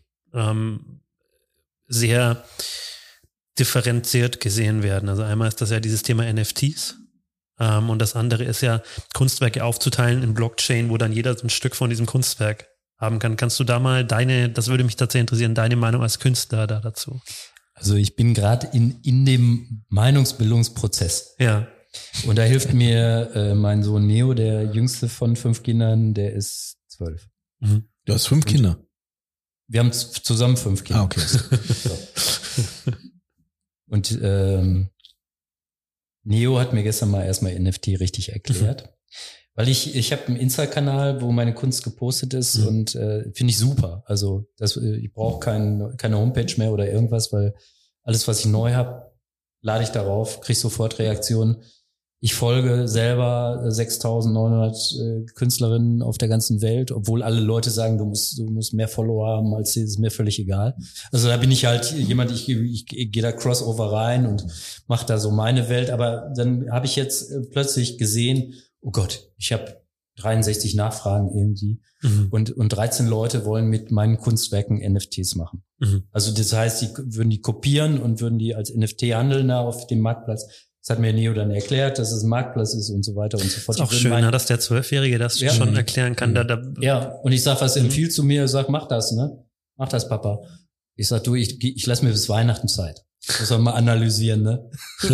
sehr differenziert gesehen werden. Also einmal ist das ja dieses Thema NFTs und das andere ist ja, Kunstwerke aufzuteilen in Blockchain, wo dann jeder so ein Stück von diesem Kunstwerk haben kann. Kannst du da mal das würde mich tatsächlich interessieren, deine Meinung als Künstler da dazu? Also ich bin gerade in dem Meinungsbildungsprozess. Ja. Und da hilft mir mein Sohn Neo, der jüngste von 5 Kindern, der ist 12. Du hast 5 Kinder? Wir haben zusammen 5 Kinder. Ah, okay. So. Und Neo hat mir gestern mal erstmal NFT richtig erklärt. Weil ich habe einen Insta-Kanal, wo meine Kunst gepostet ist und finde ich super. Also ich brauche keine Homepage mehr oder irgendwas, weil alles, was ich neu habe, lade ich darauf, kriege sofort Reaktionen. Ich folge selber 6.900 Künstlerinnen auf der ganzen Welt, obwohl alle Leute sagen, du musst mehr Follower haben als sie, ist mir völlig egal. Also da bin ich halt jemand, ich gehe da Crossover rein und mache da so meine Welt. Aber dann habe ich jetzt plötzlich gesehen, oh Gott, ich habe 63 Nachfragen irgendwie und 13 Leute wollen mit meinen Kunstwerken NFTs machen. Also das heißt, die würden die kopieren und würden die als NFT handeln da auf dem Marktplatz. Das hat mir Neo dann erklärt, dass es ein Marktplatz ist und so weiter und so fort. Ist auch schön, dass der 12-Jährige das schon erklären kann. Ja, und ich sag, was empfiehlst du mir? Ich sag, mach das, ne? Mach das, Papa. Ich sag, du, ich lass mir bis Weihnachten Zeit. Muss man mal analysieren, ne?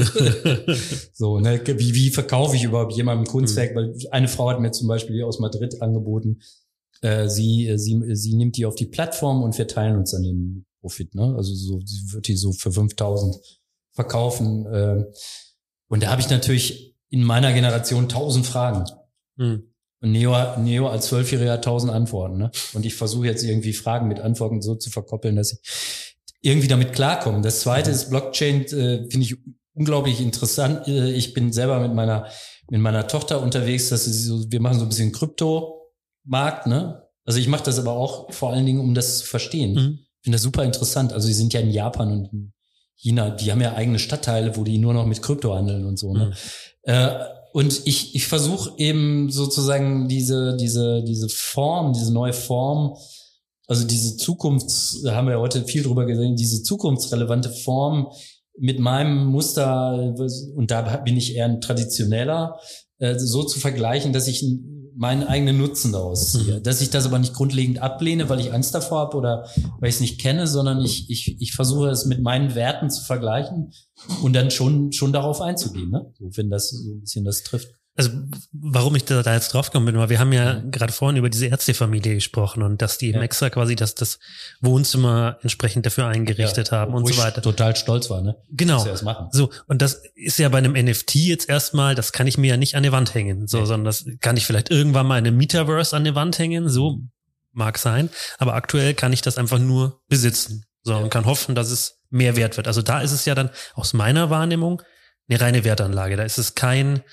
So, ne? Wie verkaufe ich überhaupt jemandem Kunstwerk? Weil eine Frau hat mir zum Beispiel aus Madrid angeboten, sie nimmt die auf die Plattform und wir teilen uns dann den Profit, ne? Also so, sie wird die so für 5.000 verkaufen. Und da habe ich natürlich in meiner Generation 1.000 Fragen. Und Neo als 12-Jähriger hat 1.000 Antworten, ne? Und ich versuche jetzt irgendwie Fragen mit Antworten so zu verkoppeln, dass ich irgendwie damit klarkomme. Das zweite ist Blockchain, finde ich unglaublich interessant. Ich bin selber mit meiner Tochter unterwegs, wir machen so ein bisschen Kryptomarkt, ne? Also ich mache das aber auch vor allen Dingen, um das zu verstehen. Ich finde das super interessant. Also die sind ja in Japan und in China, die haben ja eigene Stadtteile, wo die nur noch mit Krypto handeln und so, ne? Und ich versuche eben sozusagen diese Form, diese neue Form, also diese da haben wir ja heute viel drüber gesehen, diese zukunftsrelevante Form mit meinem Muster, und da bin ich eher ein traditioneller, so zu vergleichen, dass ich meinen eigenen Nutzen daraus ziehe. Dass ich das aber nicht grundlegend ablehne, weil ich Angst davor habe oder weil ich es nicht kenne, sondern ich versuche es mit meinen Werten zu vergleichen und dann schon darauf einzugehen, ne? So, wenn das so ein bisschen das trifft. Also warum ich da jetzt drauf gekommen bin, weil wir haben ja gerade vorhin über diese Ärztefamilie gesprochen und dass die eben extra quasi das Wohnzimmer entsprechend dafür eingerichtet haben und so weiter. Total stolz war, ne? Genau. Dass sie das machen. So, und das ist ja bei einem NFT jetzt erstmal, das kann ich mir ja nicht an die Wand hängen, so, sondern das kann ich vielleicht irgendwann mal in einem Metaverse an die Wand hängen, so mag sein, aber aktuell kann ich das einfach nur besitzen, so, und kann hoffen, dass es mehr wert wird. Also da ist es ja dann aus meiner Wahrnehmung eine reine Wertanlage, da ist es keine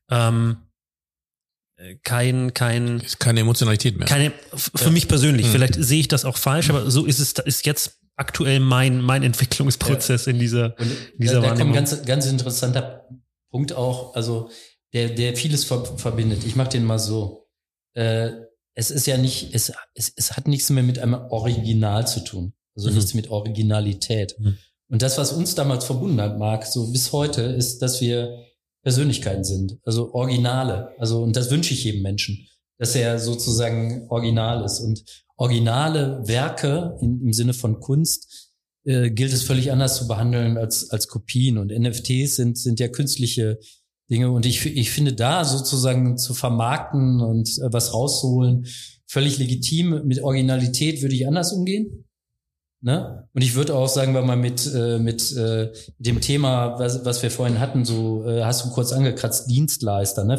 Emotionalität mehr. Für mich persönlich, vielleicht sehe ich das auch falsch, aber so ist es, da ist jetzt aktuell mein Entwicklungsprozess in dieser Wahrnehmung. Da kommt ein ganz interessanter Punkt auch, also der vieles verbindet. Ich mache den mal so. Es ist ja nicht, es hat nichts mehr mit einem Original zu tun. Also nichts mit Originalität. Und das, was uns damals verbunden hat, Marc, so bis heute, ist, dass wir Persönlichkeiten sind, also Originale. Also, und das wünsche ich jedem Menschen, dass er sozusagen original ist. Und originale Werke im Sinne von Kunst gilt es völlig anders zu behandeln als Kopien. Und NFTs sind ja künstliche Dinge. Und ich finde da sozusagen zu vermarkten und was rauszuholen, völlig legitim. Mit Originalität würde ich anders umgehen. Ne? Und ich würde auch sagen, weil man mit dem Thema, was wir vorhin hatten, so hast du kurz angekratzt, Dienstleister, ne?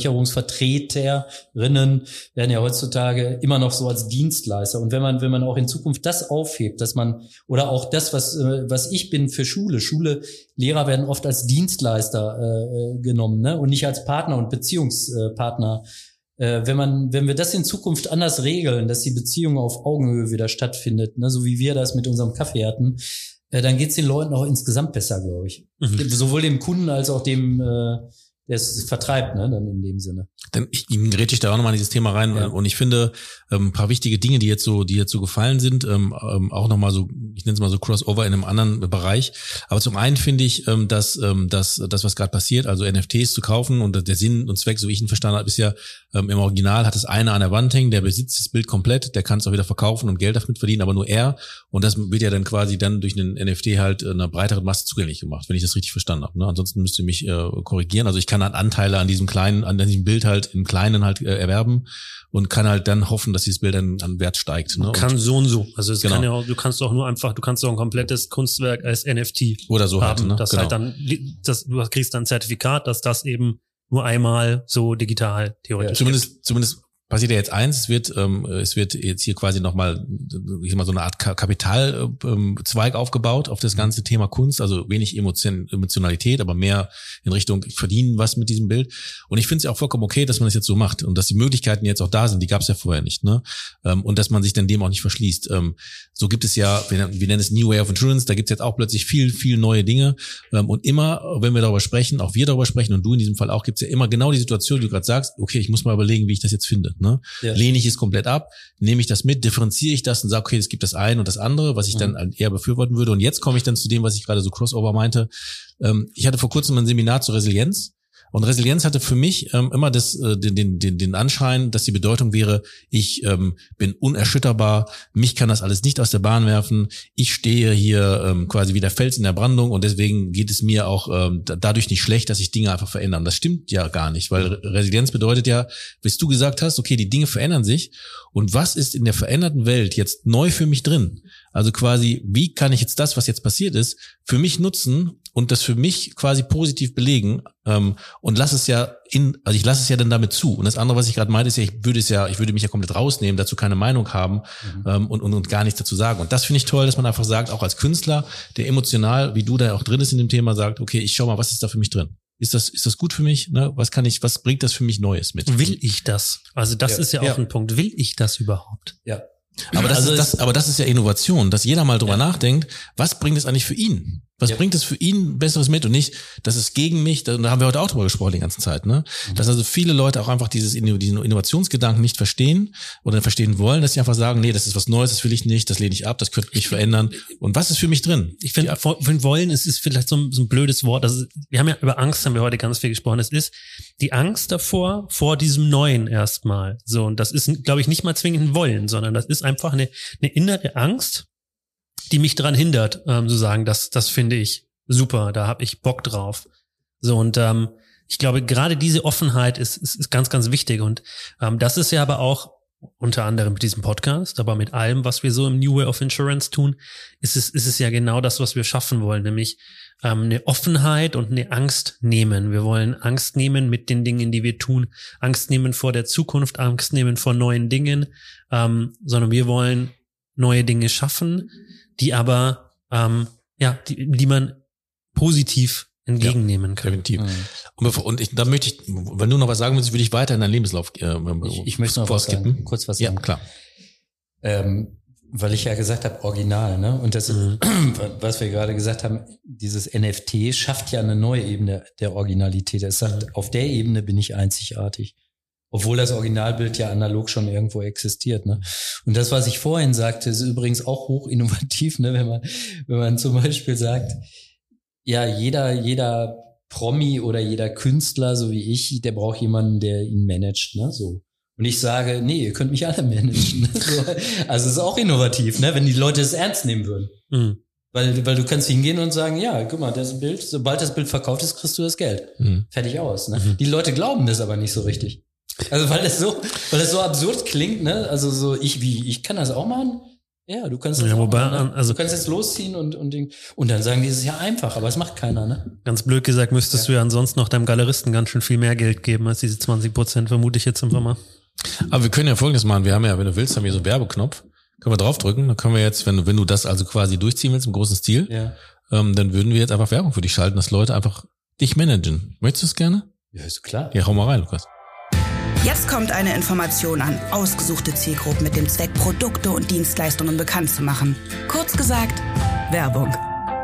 Versicherungsvertreterinnen werden ja heutzutage immer noch so als Dienstleister. Und wenn man auch in Zukunft das aufhebt, dass man, oder auch das, was ich bin für Lehrer werden oft als Dienstleister genommen, ne? Und nicht als Partner und Beziehungspartner. Wenn wir das in Zukunft anders regeln, dass die Beziehung auf Augenhöhe wieder stattfindet, ne, so wie wir das mit unserem Kaffee hatten, dann geht's den Leuten auch insgesamt besser, glaube ich. Sowohl dem Kunden als auch dem, der es vertreibt, ne, dann in dem Sinne. Dann grätsche ich da auch nochmal in dieses Thema rein, und ich finde ein paar wichtige Dinge, die jetzt so gefallen sind, auch nochmal so, ich nenne es mal so Crossover in einem anderen Bereich. Aber zum einen finde ich, dass das, was gerade passiert, also NFTs zu kaufen, und der Sinn und Zweck, so wie ich ihn verstanden habe, ist ja, im Original hat es einer an der Wand hängen, der besitzt das Bild komplett, der kann es auch wieder verkaufen und Geld damit verdienen, aber nur er. Und das wird ja dann quasi dann durch einen NFT halt einer breiteren Masse zugänglich gemacht, wenn ich das richtig verstanden habe. Ne? Ansonsten müsst ihr mich korrigieren. Also ich kann halt Anteile an diesem Bild halt im Kleinen halt erwerben und kann halt dann hoffen, dass dieses Bild dann an Wert steigt. Ne? Kann so und so. Also es kann ja auch, du kannst auch ein komplettes Kunstwerk als NFT oder so haben. Ne? Das halt dann, du kriegst dann ein Zertifikat, dass das eben nur einmal so digital theoretisch zumindest passiert ja jetzt eins, es wird jetzt hier quasi nochmal, ich sag mal, so eine Art Kapitalzweig aufgebaut auf das ganze Thema Kunst, also wenig Emotionalität, aber mehr in Richtung verdienen was mit diesem Bild. Und ich finde es ja auch vollkommen okay, dass man das jetzt so macht und dass die Möglichkeiten jetzt auch da sind, die gab es ja vorher nicht, ne? Und dass man sich dann dem auch nicht verschließt. So gibt es ja, wir nennen es New Way of Insurance, da gibt es jetzt auch plötzlich viel neue Dinge. Und immer, wenn wir darüber sprechen, auch wir darüber sprechen und du in diesem Fall auch, gibt es ja immer genau die Situation, die du gerade sagst, okay, ich muss mal überlegen, wie ich das jetzt finde. Ne? Ja. Lehne ich es komplett ab, nehme ich das mit, differenziere ich das und sage, okay, es gibt das eine und das andere, was ich dann eher befürworten würde. Und jetzt komme ich dann zu dem, was ich gerade so Crossover meinte. Ich hatte vor kurzem ein Seminar zur Resilienz. Und Resilienz hatte für mich immer den Anschein, dass die Bedeutung wäre, ich bin unerschütterbar, mich kann das alles nicht aus der Bahn werfen, ich stehe hier quasi wie der Fels in der Brandung und deswegen geht es mir auch dadurch nicht schlecht, dass sich Dinge einfach verändern. Das stimmt ja gar nicht, weil Resilienz bedeutet ja, bis du gesagt hast, okay, die Dinge verändern sich und was ist in der veränderten Welt jetzt neu für mich drin? Also quasi, wie kann ich jetzt das, was jetzt passiert ist, für mich nutzen und das für mich quasi positiv belegen und ich lasse es ja dann damit zu. Und das andere, was ich gerade meinte, ist ja, ich würde mich ja komplett rausnehmen, dazu keine Meinung haben und gar nichts dazu sagen. Und das finde ich toll, dass man einfach sagt, auch als Künstler, der emotional, wie du da auch drin ist in dem Thema, sagt, okay, ich schau mal, was ist da für mich drin? Ist das gut für mich? Ne? Was bringt das für mich Neues mit? Will ich das? Also das ist ja auch ein Punkt. Will ich das überhaupt? Ja. Aber das ist ja Innovation, dass jeder mal drüber nachdenkt, was bringt es eigentlich für ihn? Was bringt es für ihn Besseres mit und nicht, das ist gegen mich, da haben wir heute auch drüber gesprochen die ganze Zeit, ne? Dass also viele Leute auch einfach diesen Innovationsgedanken nicht verstehen oder verstehen wollen, dass sie einfach sagen, nee, das ist was Neues, das will ich nicht, das lehne ich ab, das könnte mich verändern. Und was ist für mich drin? Ich finde, wollen, es ist vielleicht so ein blödes Wort. Also wir haben ja über Angst, haben wir heute ganz viel gesprochen. Es ist die Angst davor, vor diesem Neuen erstmal. So, und das ist, glaube ich, nicht mal zwingend ein Wollen, sondern das ist einfach eine innere Angst, die mich daran hindert, zu sagen, das finde ich super, da habe ich Bock drauf. So, und ich glaube, gerade diese Offenheit ist ganz, ganz wichtig. Und das ist ja aber auch unter anderem mit diesem Podcast, aber mit allem, was wir so im New Way of Insurance tun, ist es ja genau das, was wir schaffen wollen, nämlich eine Offenheit und eine Angst nehmen. Wir wollen Angst nehmen mit den Dingen, die wir tun, Angst nehmen vor der Zukunft, Angst nehmen vor neuen Dingen, sondern wir wollen neue Dinge schaffen, die aber die man positiv entgegennehmen kann. Definitiv. Und da möchte ich, wenn du noch was sagen willst, würde ich weiter in deinen Lebenslauf ich möchte noch kurz was sagen. Ja, klar. Weil ich ja gesagt habe, original, ne? Und das, was wir gerade gesagt haben, dieses NFT schafft ja eine neue Ebene der Originalität. Es sagt, auf der Ebene bin ich einzigartig. Obwohl das Originalbild ja analog schon irgendwo existiert, ne? Und das, was ich vorhin sagte, ist übrigens auch hoch innovativ, ne? Wenn man zum Beispiel sagt, ja, jeder Promi oder jeder Künstler, so wie ich, der braucht jemanden, der ihn managt, ne? So. Und ich sage, nee, ihr könnt mich alle managen. So. Also es ist auch innovativ, ne, wenn die Leute es ernst nehmen würden. Mhm. Weil du kannst hingehen und sagen, ja, guck mal, das Bild, sobald das Bild verkauft ist, kriegst du das Geld. Mhm. Fertig aus. Ne? Mhm. Die Leute glauben das aber nicht so richtig. Also weil das so absurd klingt, ne? Also so ich kann das auch machen. Ja, du kannst das auch machen, ne? Also du kannst jetzt losziehen und dann sagen die, es ist ja einfach, aber es macht keiner, ne? Ganz blöd gesagt, müsstest du ja ansonsten noch deinem Galeristen ganz schön viel mehr Geld geben als diese 20%, vermute ich jetzt einfach mal. Aber wir können ja Folgendes machen. Wir haben ja, wenn du willst, haben wir so einen Werbeknopf. Können wir draufdrücken. Dann können wir jetzt, wenn du das also quasi durchziehen willst im großen Stil, dann würden wir jetzt einfach Werbung für dich schalten, dass Leute einfach dich managen. Möchtest du es gerne? Ja, ist klar. Ja, hau mal rein, Lukas. Jetzt kommt eine Information an ausgesuchte Zielgruppen mit dem Zweck, Produkte und Dienstleistungen bekannt zu machen. Kurz gesagt, Werbung.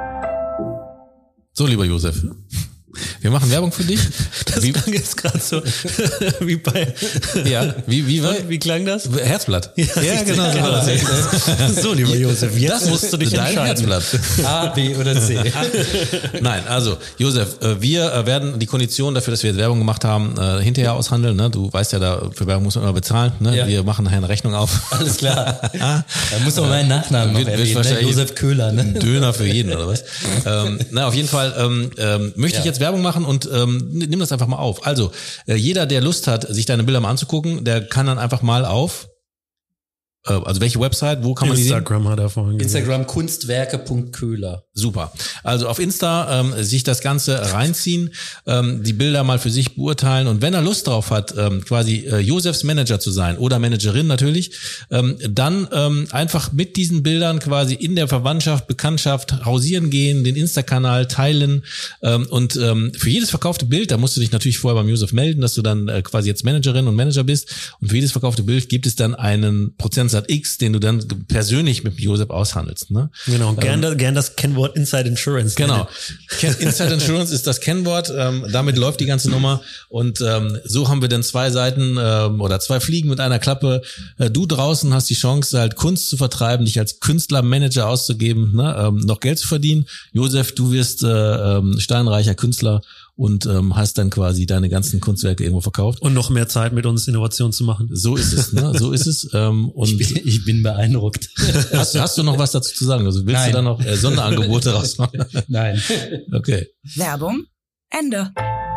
So, lieber Josef, wir machen Werbung für dich. Das klang jetzt gerade so wie bei... Ja, wie klang das? Herzblatt. Ja, genau. So, lieber Josef, jetzt musst du dich entscheiden. Herzblatt. A, B oder C. Nein, also Josef, wir werden die Konditionen dafür, dass wir jetzt Werbung gemacht haben, hinterher aushandeln. Ne? Du weißt ja, da für Werbung muss man immer bezahlen. Ne? Ja. Wir machen nachher eine Rechnung auf. Alles klar. Da muss auch meinen Nachnamen noch erwähnen, ne? Josef Köhler. Ne? Ein Döner für jeden, oder was? Auf jeden Fall möchte ich jetzt Werbung machen und nimm das einfach mal auf. Also, jeder, der Lust hat, sich deine Bilder mal anzugucken, der kann dann einfach mal auf, also welche Website, wo kann man Instagram die sehen? Hat er vorhin gesagt. Instagram kunstwerke.köhler. Super. Also auf Insta sich das Ganze reinziehen, die Bilder mal für sich beurteilen und wenn er Lust drauf hat, quasi Josefs Manager zu sein oder Managerin natürlich, dann einfach mit diesen Bildern quasi in der Verwandtschaft, Bekanntschaft hausieren gehen, den Insta-Kanal teilen und für jedes verkaufte Bild, da musst du dich natürlich vorher beim Josef melden, dass du dann quasi jetzt Managerin und Manager bist und für jedes verkaufte Bild gibt es dann einen Prozentsatz X, den du dann persönlich mit Josef aushandelst. Ne? Genau, gern das Kennwort Inside Insurance. Genau, Inside Insurance ist das Kennwort, damit läuft die ganze Nummer und so haben wir dann zwei Seiten oder zwei Fliegen mit einer Klappe. Du draußen hast die Chance, halt Kunst zu vertreiben, dich als Künstler-Manager auszugeben, ne? Noch Geld zu verdienen. Josef, du wirst steinreicher Künstler und hast dann quasi deine ganzen Kunstwerke irgendwo verkauft. Und noch mehr Zeit mit uns Innovation zu machen. So ist es, ne? So ist es. Und ich bin beeindruckt. Hast du noch was dazu zu sagen? Also willst Nein. du da noch Sonderangebote rausmachen? Nein. Okay. Werbung, Ende.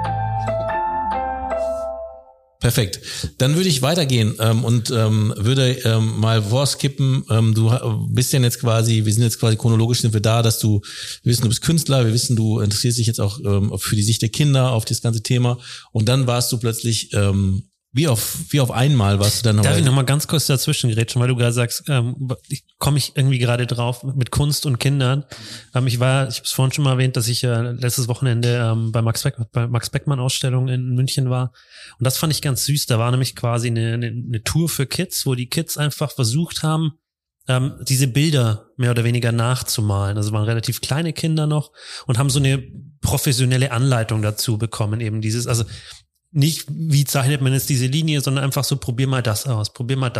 Perfekt. Dann würde ich weitergehen und würde mal vorskippen. Du bist ja jetzt quasi, wir sind jetzt quasi chronologisch sind wir da, dass wir wissen, du bist Künstler, wir wissen, du interessierst dich jetzt auch für die Sicht der Kinder, auf das ganze Thema. Und dann warst du plötzlich wie auf einmal warst du dann noch. Darf ich noch mal ganz kurz dazwischen gerätschen, weil du gerade sagst, komme ich irgendwie gerade drauf mit Kunst und Kindern. Ich habe es vorhin schon mal erwähnt, dass ich letztes Wochenende bei Max Beckmann Ausstellung in München war. Und das fand ich ganz süß. Da war nämlich quasi eine Tour für Kids, wo die Kids einfach versucht haben, diese Bilder mehr oder weniger nachzumalen. Also waren relativ kleine Kinder noch und haben so eine professionelle Anleitung dazu bekommen. Eben dieses, also nicht, wie zeichnet man jetzt diese Linie, sondern einfach so, probier mal das aus.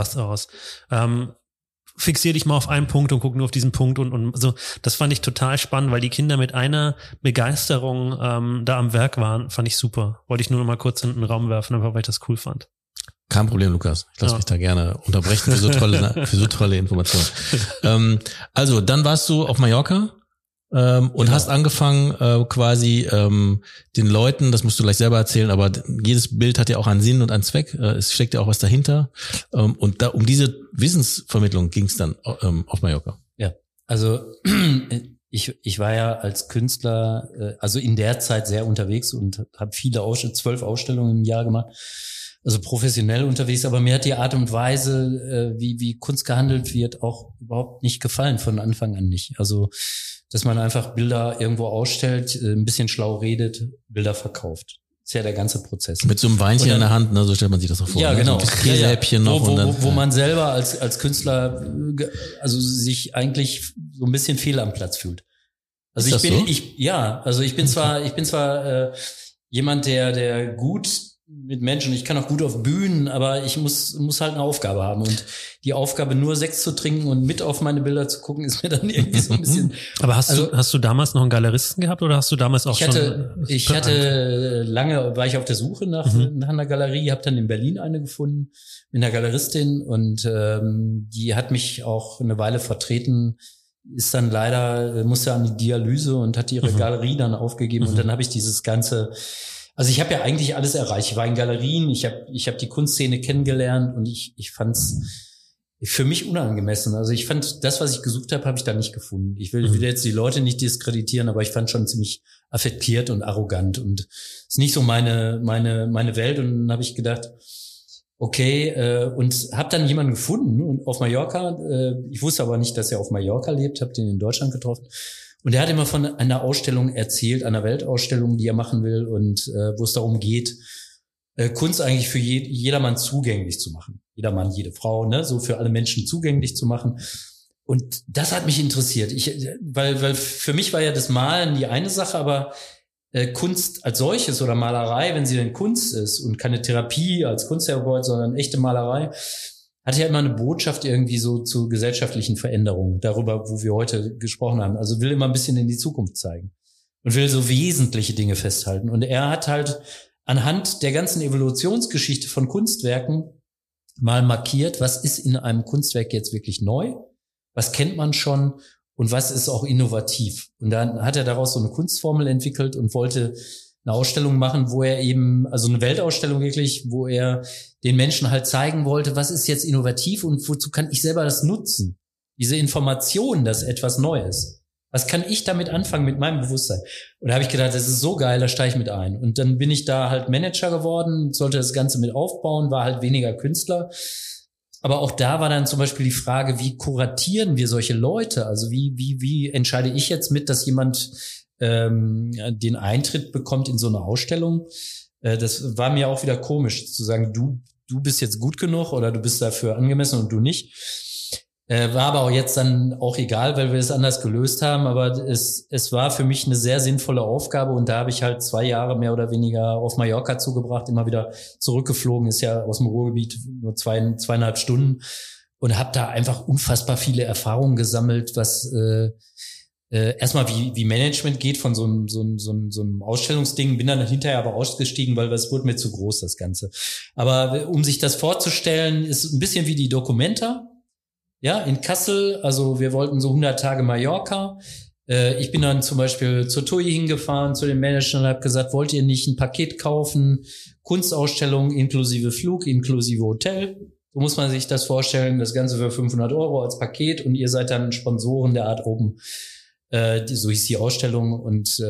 Fixier dich mal auf einen Punkt und guck nur auf diesen Punkt und so. Das fand ich total spannend, weil die Kinder mit einer Begeisterung da am Werk waren. Fand ich super. Wollte ich nur noch mal kurz in den Raum werfen, einfach weil ich das cool fand. Kein Problem, Lukas. Ich lasse mich da gerne unterbrechen für so tolle Informationen. Also, dann warst du auf Mallorca. und hast angefangen quasi den Leuten, das musst du gleich selber erzählen, aber jedes Bild hat ja auch einen Sinn und einen Zweck, es steckt ja auch was dahinter und da um diese Wissensvermittlung ging es dann auf Mallorca. Ja, also ich war ja als Künstler also in der Zeit sehr unterwegs und habe viele 12 Ausstellungen im Jahr gemacht, also professionell unterwegs, aber mir hat die Art und Weise, wie Kunst gehandelt wird, auch überhaupt nicht gefallen, von Anfang an nicht. Also dass man einfach Bilder irgendwo ausstellt, ein bisschen schlau redet, Bilder verkauft. Das ist ja der ganze Prozess. Mit so einem Weinchen in der Hand, ne, so stellt man sich das auch vor. Ja, ne? genau. So ein Käsehäppchen noch. Wo man selber als Künstler also sich eigentlich so ein bisschen fehl am Platz fühlt. Also ich bin zwar jemand, der gut mit Menschen, ich kann auch gut auf Bühnen, aber ich muss halt eine Aufgabe haben und die Aufgabe nur Sekt zu trinken und mit auf meine Bilder zu gucken, ist mir dann irgendwie so ein bisschen. Aber hast du damals noch einen Galeristen gehabt oder hast du damals auch Ich hatte lange, war ich auf der Suche nach einer Galerie, habe dann in Berlin eine gefunden mit einer Galeristin und die hat mich auch eine Weile vertreten, ist dann leider, musste an die Dialyse und hat ihre Galerie dann aufgegeben und dann habe ich dieses ganze. Also ich habe ja eigentlich alles erreicht. Ich war in Galerien, ich hab die Kunstszene kennengelernt und ich fand's für mich unangemessen. Also ich fand, das, was ich gesucht habe, habe ich da nicht gefunden. Ich will jetzt die Leute nicht diskreditieren, aber ich fand schon ziemlich affektiert und arrogant und ist nicht so meine Welt. Und dann habe ich gedacht, okay, und habe dann jemanden gefunden und auf Mallorca. Ich wusste aber nicht, dass er auf Mallorca lebt, habe den in Deutschland getroffen. Und er hat immer von einer Ausstellung erzählt, einer Weltausstellung, die er machen will und wo es darum geht, Kunst eigentlich für jedermann zugänglich zu machen. Jedermann, jede Frau, ne, so für alle Menschen zugänglich zu machen. Und das hat mich interessiert. Weil für mich war ja das Malen die eine Sache, aber Kunst als solches oder Malerei, wenn sie denn Kunst ist und keine Therapie als Kunsttherapeut, sondern echte Malerei, hat ja immer eine Botschaft irgendwie so zu gesellschaftlichen Veränderungen, darüber, wo wir heute gesprochen haben. Also will immer ein bisschen in die Zukunft zeigen und will so wesentliche Dinge festhalten. Und er hat halt anhand der ganzen Evolutionsgeschichte von Kunstwerken mal markiert, was ist in einem Kunstwerk jetzt wirklich neu, was kennt man schon und was ist auch innovativ. Und dann hat er daraus so eine Kunstformel entwickelt und wollte eine Ausstellung machen, wo er eben, also eine Weltausstellung wirklich, wo er den Menschen halt zeigen wollte, was ist jetzt innovativ und wozu kann ich selber das nutzen? Diese Information, dass etwas neu ist. Was kann ich damit anfangen mit meinem Bewusstsein? Und da habe ich gedacht, das ist so geil, da steige ich mit ein. Und dann bin ich da halt Manager geworden, sollte das Ganze mit aufbauen, war halt weniger Künstler. Aber auch da war dann zum Beispiel die Frage, wie kuratieren wir solche Leute? Also wie entscheide ich jetzt mit, dass jemand den Eintritt bekommt in so eine Ausstellung? Das war mir auch wieder komisch, zu sagen, du bist jetzt gut genug oder du bist dafür angemessen und du nicht. War aber auch jetzt dann auch egal, weil wir es anders gelöst haben. Aber es war für mich eine sehr sinnvolle Aufgabe und da habe ich halt 2 Jahre mehr oder weniger auf Mallorca zugebracht, immer wieder zurückgeflogen, ist ja aus dem Ruhrgebiet nur 2,5 Stunden und habe da einfach unfassbar viele Erfahrungen gesammelt, was erstmal wie Management geht von so einem Ausstellungsding, bin dann hinterher aber ausgestiegen, weil das wurde mir zu groß, das Ganze. Aber um sich das vorzustellen, ist ein bisschen wie die Documenta. Ja, in Kassel, also wir wollten so 100 Tage Mallorca. Ich bin dann zum Beispiel zur TUI hingefahren, zu den Managern und habe gesagt, wollt ihr nicht ein Paket kaufen? Kunstausstellung inklusive Flug, inklusive Hotel. So muss man sich das vorstellen, das Ganze für 500 € als Paket und ihr seid dann Sponsoren der Art oben. So hieß die Ausstellung und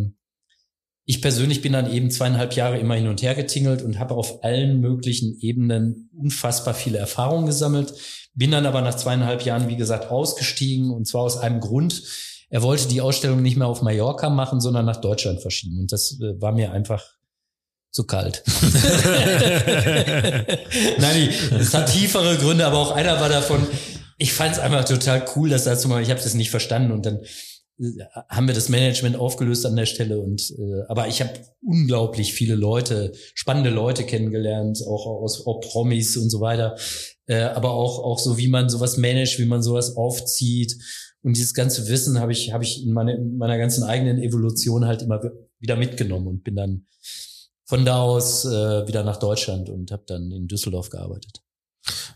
ich persönlich bin dann eben 2,5 Jahre immer hin und her getingelt und habe auf allen möglichen Ebenen unfassbar viele Erfahrungen gesammelt. Bin dann aber nach 2,5 Jahren, wie gesagt, ausgestiegen und zwar aus einem Grund. Er wollte die Ausstellung nicht mehr auf Mallorca machen, sondern nach Deutschland verschieben und das war mir einfach zu kalt. Nein, es hat tiefere Gründe, aber auch einer war davon, ich fand es einfach total cool, dass dazu mal, ich habe das nicht verstanden und dann haben wir das Management aufgelöst an der Stelle und aber ich habe unglaublich viele Leute, spannende Leute kennengelernt, auch Promis und so weiter, aber auch so, wie man sowas managt, wie man sowas aufzieht und dieses ganze Wissen habe ich in meiner ganzen eigenen Evolution halt immer wieder mitgenommen und bin dann von da aus wieder nach Deutschland und habe dann in Düsseldorf gearbeitet.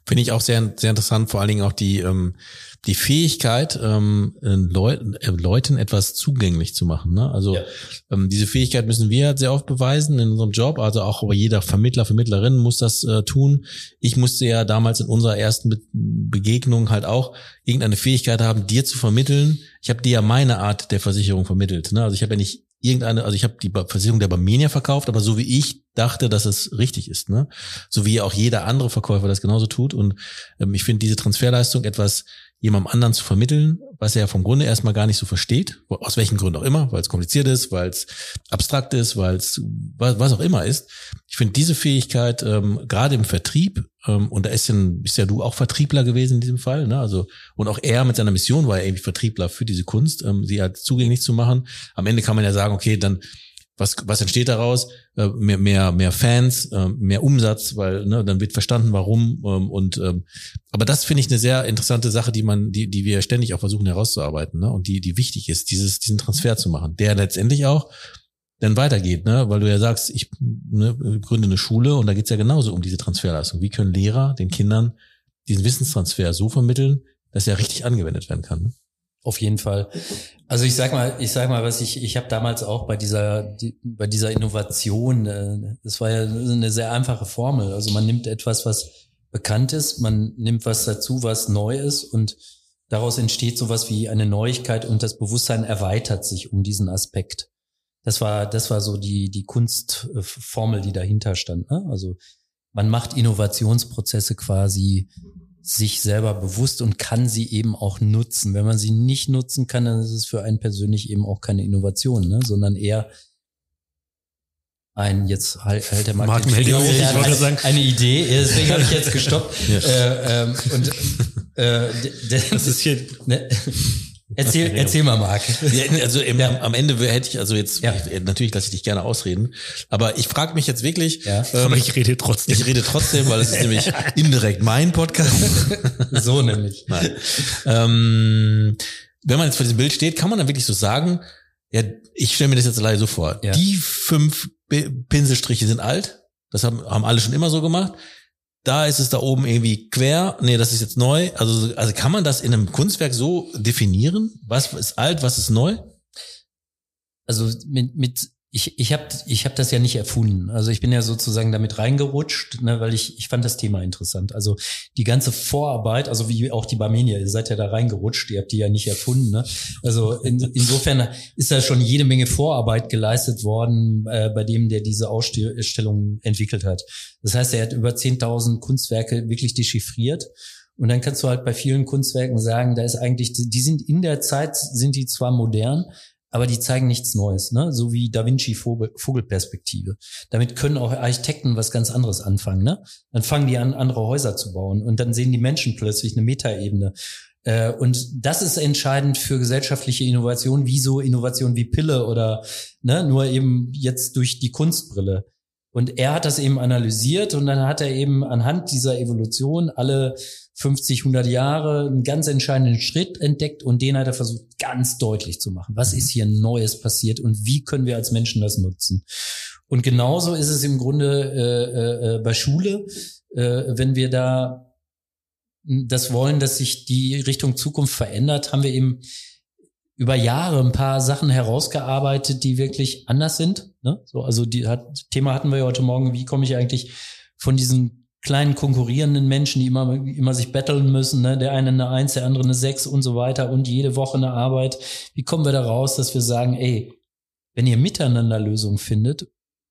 Finde ich auch sehr, sehr interessant, vor allen Dingen auch die Fähigkeit, Leuten etwas zugänglich zu machen. Ne? Also diese Fähigkeit müssen wir sehr oft beweisen in unserem Job. Also auch aber jeder Vermittler, Vermittlerin muss das tun. Ich musste ja damals in unserer ersten Begegnung halt auch irgendeine Fähigkeit haben, dir zu vermitteln. Ich habe dir ja meine Art der Versicherung vermittelt. Ne? Also ich habe ja nicht also ich habe die Versicherung der Barmenia verkauft, aber so wie ich dachte, dass es richtig ist, ne? So wie auch jeder andere Verkäufer das genauso tut. Und ich finde diese Transferleistung, etwas jemandem anderen zu vermitteln, was er vom Grunde erstmal gar nicht so versteht, aus welchen Gründen auch immer, weil es kompliziert ist, weil es abstrakt ist, weil es was auch immer ist. Ich finde diese Fähigkeit, gerade im Vertrieb, und da bist ja du auch Vertriebler gewesen in diesem Fall, ne? Also, und auch er mit seiner Mission war ja irgendwie Vertriebler für diese Kunst, sie halt zugänglich zu machen. Am Ende kann man ja sagen, okay, dann was entsteht daraus? Mehr Fans, mehr Umsatz, weil dann wird verstanden, warum. Aber das finde ich eine sehr interessante Sache, die wir ständig auch versuchen herauszuarbeiten, ne? Und die wichtig ist, diesen Transfer zu machen, der letztendlich auch dann weitergeht, ne? Weil du ja sagst, ich gründe eine Schule und da geht's ja genauso um diese Transferleistung. Wie können Lehrer den Kindern diesen Wissenstransfer so vermitteln, dass er richtig angewendet werden kann? Ne? Auf jeden Fall. Also ich sag mal, was ich habe damals auch bei dieser Innovation, das war ja eine sehr einfache Formel. Also man nimmt etwas, was bekannt ist, man nimmt was dazu, was neu ist und daraus entsteht sowas wie eine Neuigkeit und das Bewusstsein erweitert sich um diesen Aspekt. Das war so die Kunstformel, die dahinter stand, ne? Also man macht Innovationsprozesse quasi sich selber bewusst und kann sie eben auch nutzen. Wenn man sie nicht nutzen kann, dann ist es für einen persönlich eben auch keine Innovation, ne? Sondern eher jetzt halt der Marktmeldung, ich wollte sagen. Eine Idee, deswegen habe ich jetzt gestoppt. Ja. Das ist hier... Ne? Erzähl mal, Marc. Ja, also am Ende hätte ich, also jetzt, natürlich lasse ich dich gerne ausreden, aber ich frage mich jetzt wirklich, aber ich rede trotzdem. Ich rede trotzdem, weil es ist nämlich indirekt mein Podcast. So nämlich. Nein. Wenn man jetzt vor diesem Bild steht, kann man dann wirklich so sagen, ja, ich stelle mir das jetzt leider so vor, die 5 Pinselstriche sind alt, das haben alle schon immer so gemacht. Da ist es da oben irgendwie quer. Nee, das ist jetzt neu. Also kann man das in einem Kunstwerk so definieren? Was ist alt, was ist neu? Also ich hab das ja nicht erfunden. Also ich bin ja sozusagen damit reingerutscht, ne, weil ich fand das Thema interessant. Also die ganze Vorarbeit, also wie auch die Barmenia, ihr seid ja da reingerutscht, ihr habt die ja nicht erfunden. Ne? Also insofern ist da schon jede Menge Vorarbeit geleistet worden bei dem, der diese Ausstellung entwickelt hat. Das heißt, er hat über 10.000 Kunstwerke wirklich dechiffriert. Und dann kannst du halt bei vielen Kunstwerken sagen, da ist eigentlich, die sind in der Zeit, sind die zwar modern, aber die zeigen nichts Neues, ne? So wie Da Vinci Vogelperspektive. Damit können auch Architekten was ganz anderes anfangen, ne? Dann fangen die an, andere Häuser zu bauen und dann sehen die Menschen plötzlich eine Metaebene. Und das ist entscheidend für gesellschaftliche Innovation, wie so Innovation wie Pille oder, ne? Nur eben jetzt durch die Kunstbrille. Und er hat das eben analysiert und dann hat er eben anhand dieser Evolution alle 50, 100 Jahre einen ganz entscheidenden Schritt entdeckt und den hat er versucht ganz deutlich zu machen. Was ist hier Neues passiert und wie können wir als Menschen das nutzen? Und genauso ist es im Grunde bei Schule, wenn wir da das wollen, dass sich die Richtung Zukunft verändert, haben wir eben über Jahre ein paar Sachen herausgearbeitet, die wirklich anders sind. Ne? So, also Thema hatten wir ja heute Morgen, wie komme ich eigentlich von diesen kleinen konkurrierenden Menschen, die immer sich battlen müssen, ne? Der eine eine 1, der andere eine 6 und so weiter und jede Woche eine Arbeit. Wie kommen wir da raus, dass wir sagen, ey, wenn ihr miteinander Lösungen findet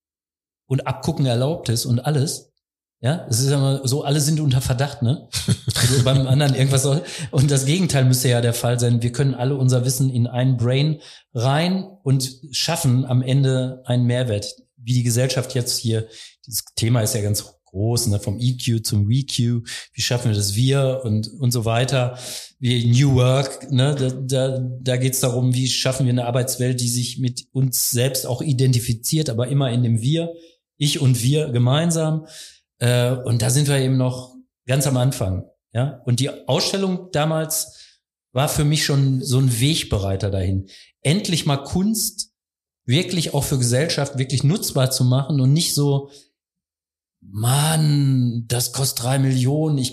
und Abgucken erlaubt ist und alles, ja, es ist immer so, alle sind unter Verdacht, ne? Also beim anderen irgendwas soll. Und das Gegenteil müsste ja der Fall sein. Wir können alle unser Wissen in ein Brain rein und schaffen am Ende einen Mehrwert. Wie die Gesellschaft jetzt hier, das Thema ist ja ganz groß, ne, vom EQ zum WQ, wie schaffen wir das und so weiter, wie New Work, ne, da geht's darum, wie schaffen wir eine Arbeitswelt, die sich mit uns selbst auch identifiziert, aber immer in dem Wir, ich und wir gemeinsam, und da sind wir eben noch ganz am Anfang, ja, und die Ausstellung damals war für mich schon so ein Wegbereiter dahin, endlich mal Kunst wirklich auch für Gesellschaft wirklich nutzbar zu machen und nicht so Mann, das kostet 3 Millionen, ich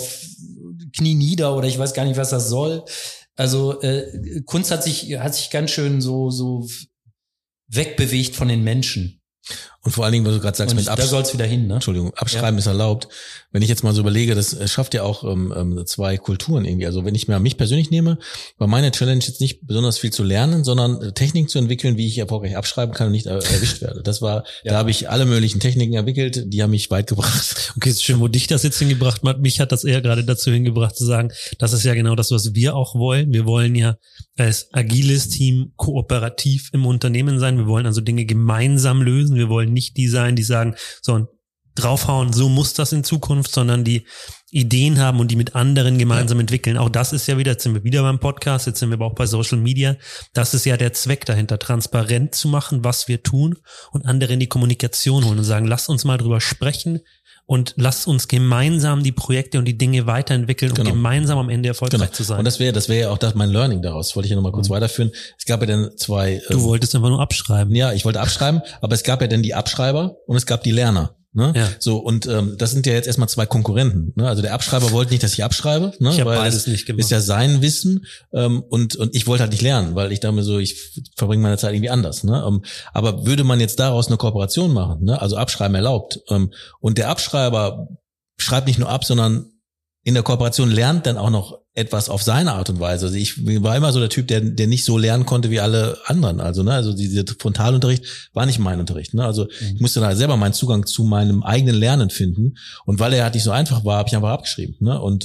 knie nieder oder ich weiß gar nicht, was das soll. Also Kunst hat sich ganz schön so wegbewegt von den Menschen. Und vor allen Dingen, was du gerade sagst, und da soll's wieder hin, ne? Entschuldigung, Abschreiben ist erlaubt. Wenn ich jetzt mal so überlege, das schafft ja auch 2 Kulturen irgendwie. Also wenn ich mir mich persönlich nehme, war meine Challenge jetzt nicht besonders viel zu lernen, sondern Techniken zu entwickeln, wie ich erfolgreich abschreiben kann und nicht erwischt werde. Das war, da habe ich alle möglichen Techniken entwickelt, die haben mich weit gebracht. Okay, ist schön, wo dich das jetzt hingebracht hat. Mich hat das eher gerade dazu hingebracht zu sagen, das ist ja genau das, was wir auch wollen. Wir wollen ja als agiles Team kooperativ im Unternehmen sein. Wir wollen also Dinge gemeinsam lösen. Wir wollen nicht die sein, die sagen, so draufhauen, so muss das in Zukunft, sondern die Ideen haben und die mit anderen gemeinsam entwickeln. Auch das ist ja wieder, jetzt sind wir wieder beim Podcast, jetzt sind wir aber auch bei Social Media. Das ist ja der Zweck dahinter, transparent zu machen, was wir tun und andere in die Kommunikation holen und sagen, lasst uns mal drüber sprechen und lasst uns gemeinsam die Projekte und die Dinge weiterentwickeln, um gemeinsam am Ende erfolgreich zu sein. Und das wäre ja auch mein Learning daraus. Das wollte ich ja nochmal kurz weiterführen. Es gab ja dann 2... Du wolltest einfach nur abschreiben. Ja, ich wollte abschreiben, aber es gab ja dann die Abschreiber und es gab die Lerner. Ne? Ja. So, und das sind ja jetzt erstmal 2 Konkurrenten. Ne? Also der Abschreiber wollte nicht, dass ich abschreibe, ne? Ich habe weil beides nicht gemacht. Ist ja sein Wissen und ich wollte halt nicht lernen, weil ich dachte so, ich verbringe meine Zeit irgendwie anders. Ne? Aber würde man jetzt daraus eine Kooperation machen, ne? Also Abschreiben erlaubt und der Abschreiber schreibt nicht nur ab, sondern in der Kooperation lernt dann auch noch etwas auf seine Art und Weise. Also ich war immer so der Typ, der nicht so lernen konnte wie alle anderen. Also also dieser Frontalunterricht war nicht mein Unterricht. Ne? Also ich musste da selber meinen Zugang zu meinem eigenen Lernen finden. Und weil er halt nicht so einfach war, habe ich einfach abgeschrieben. Ne? Und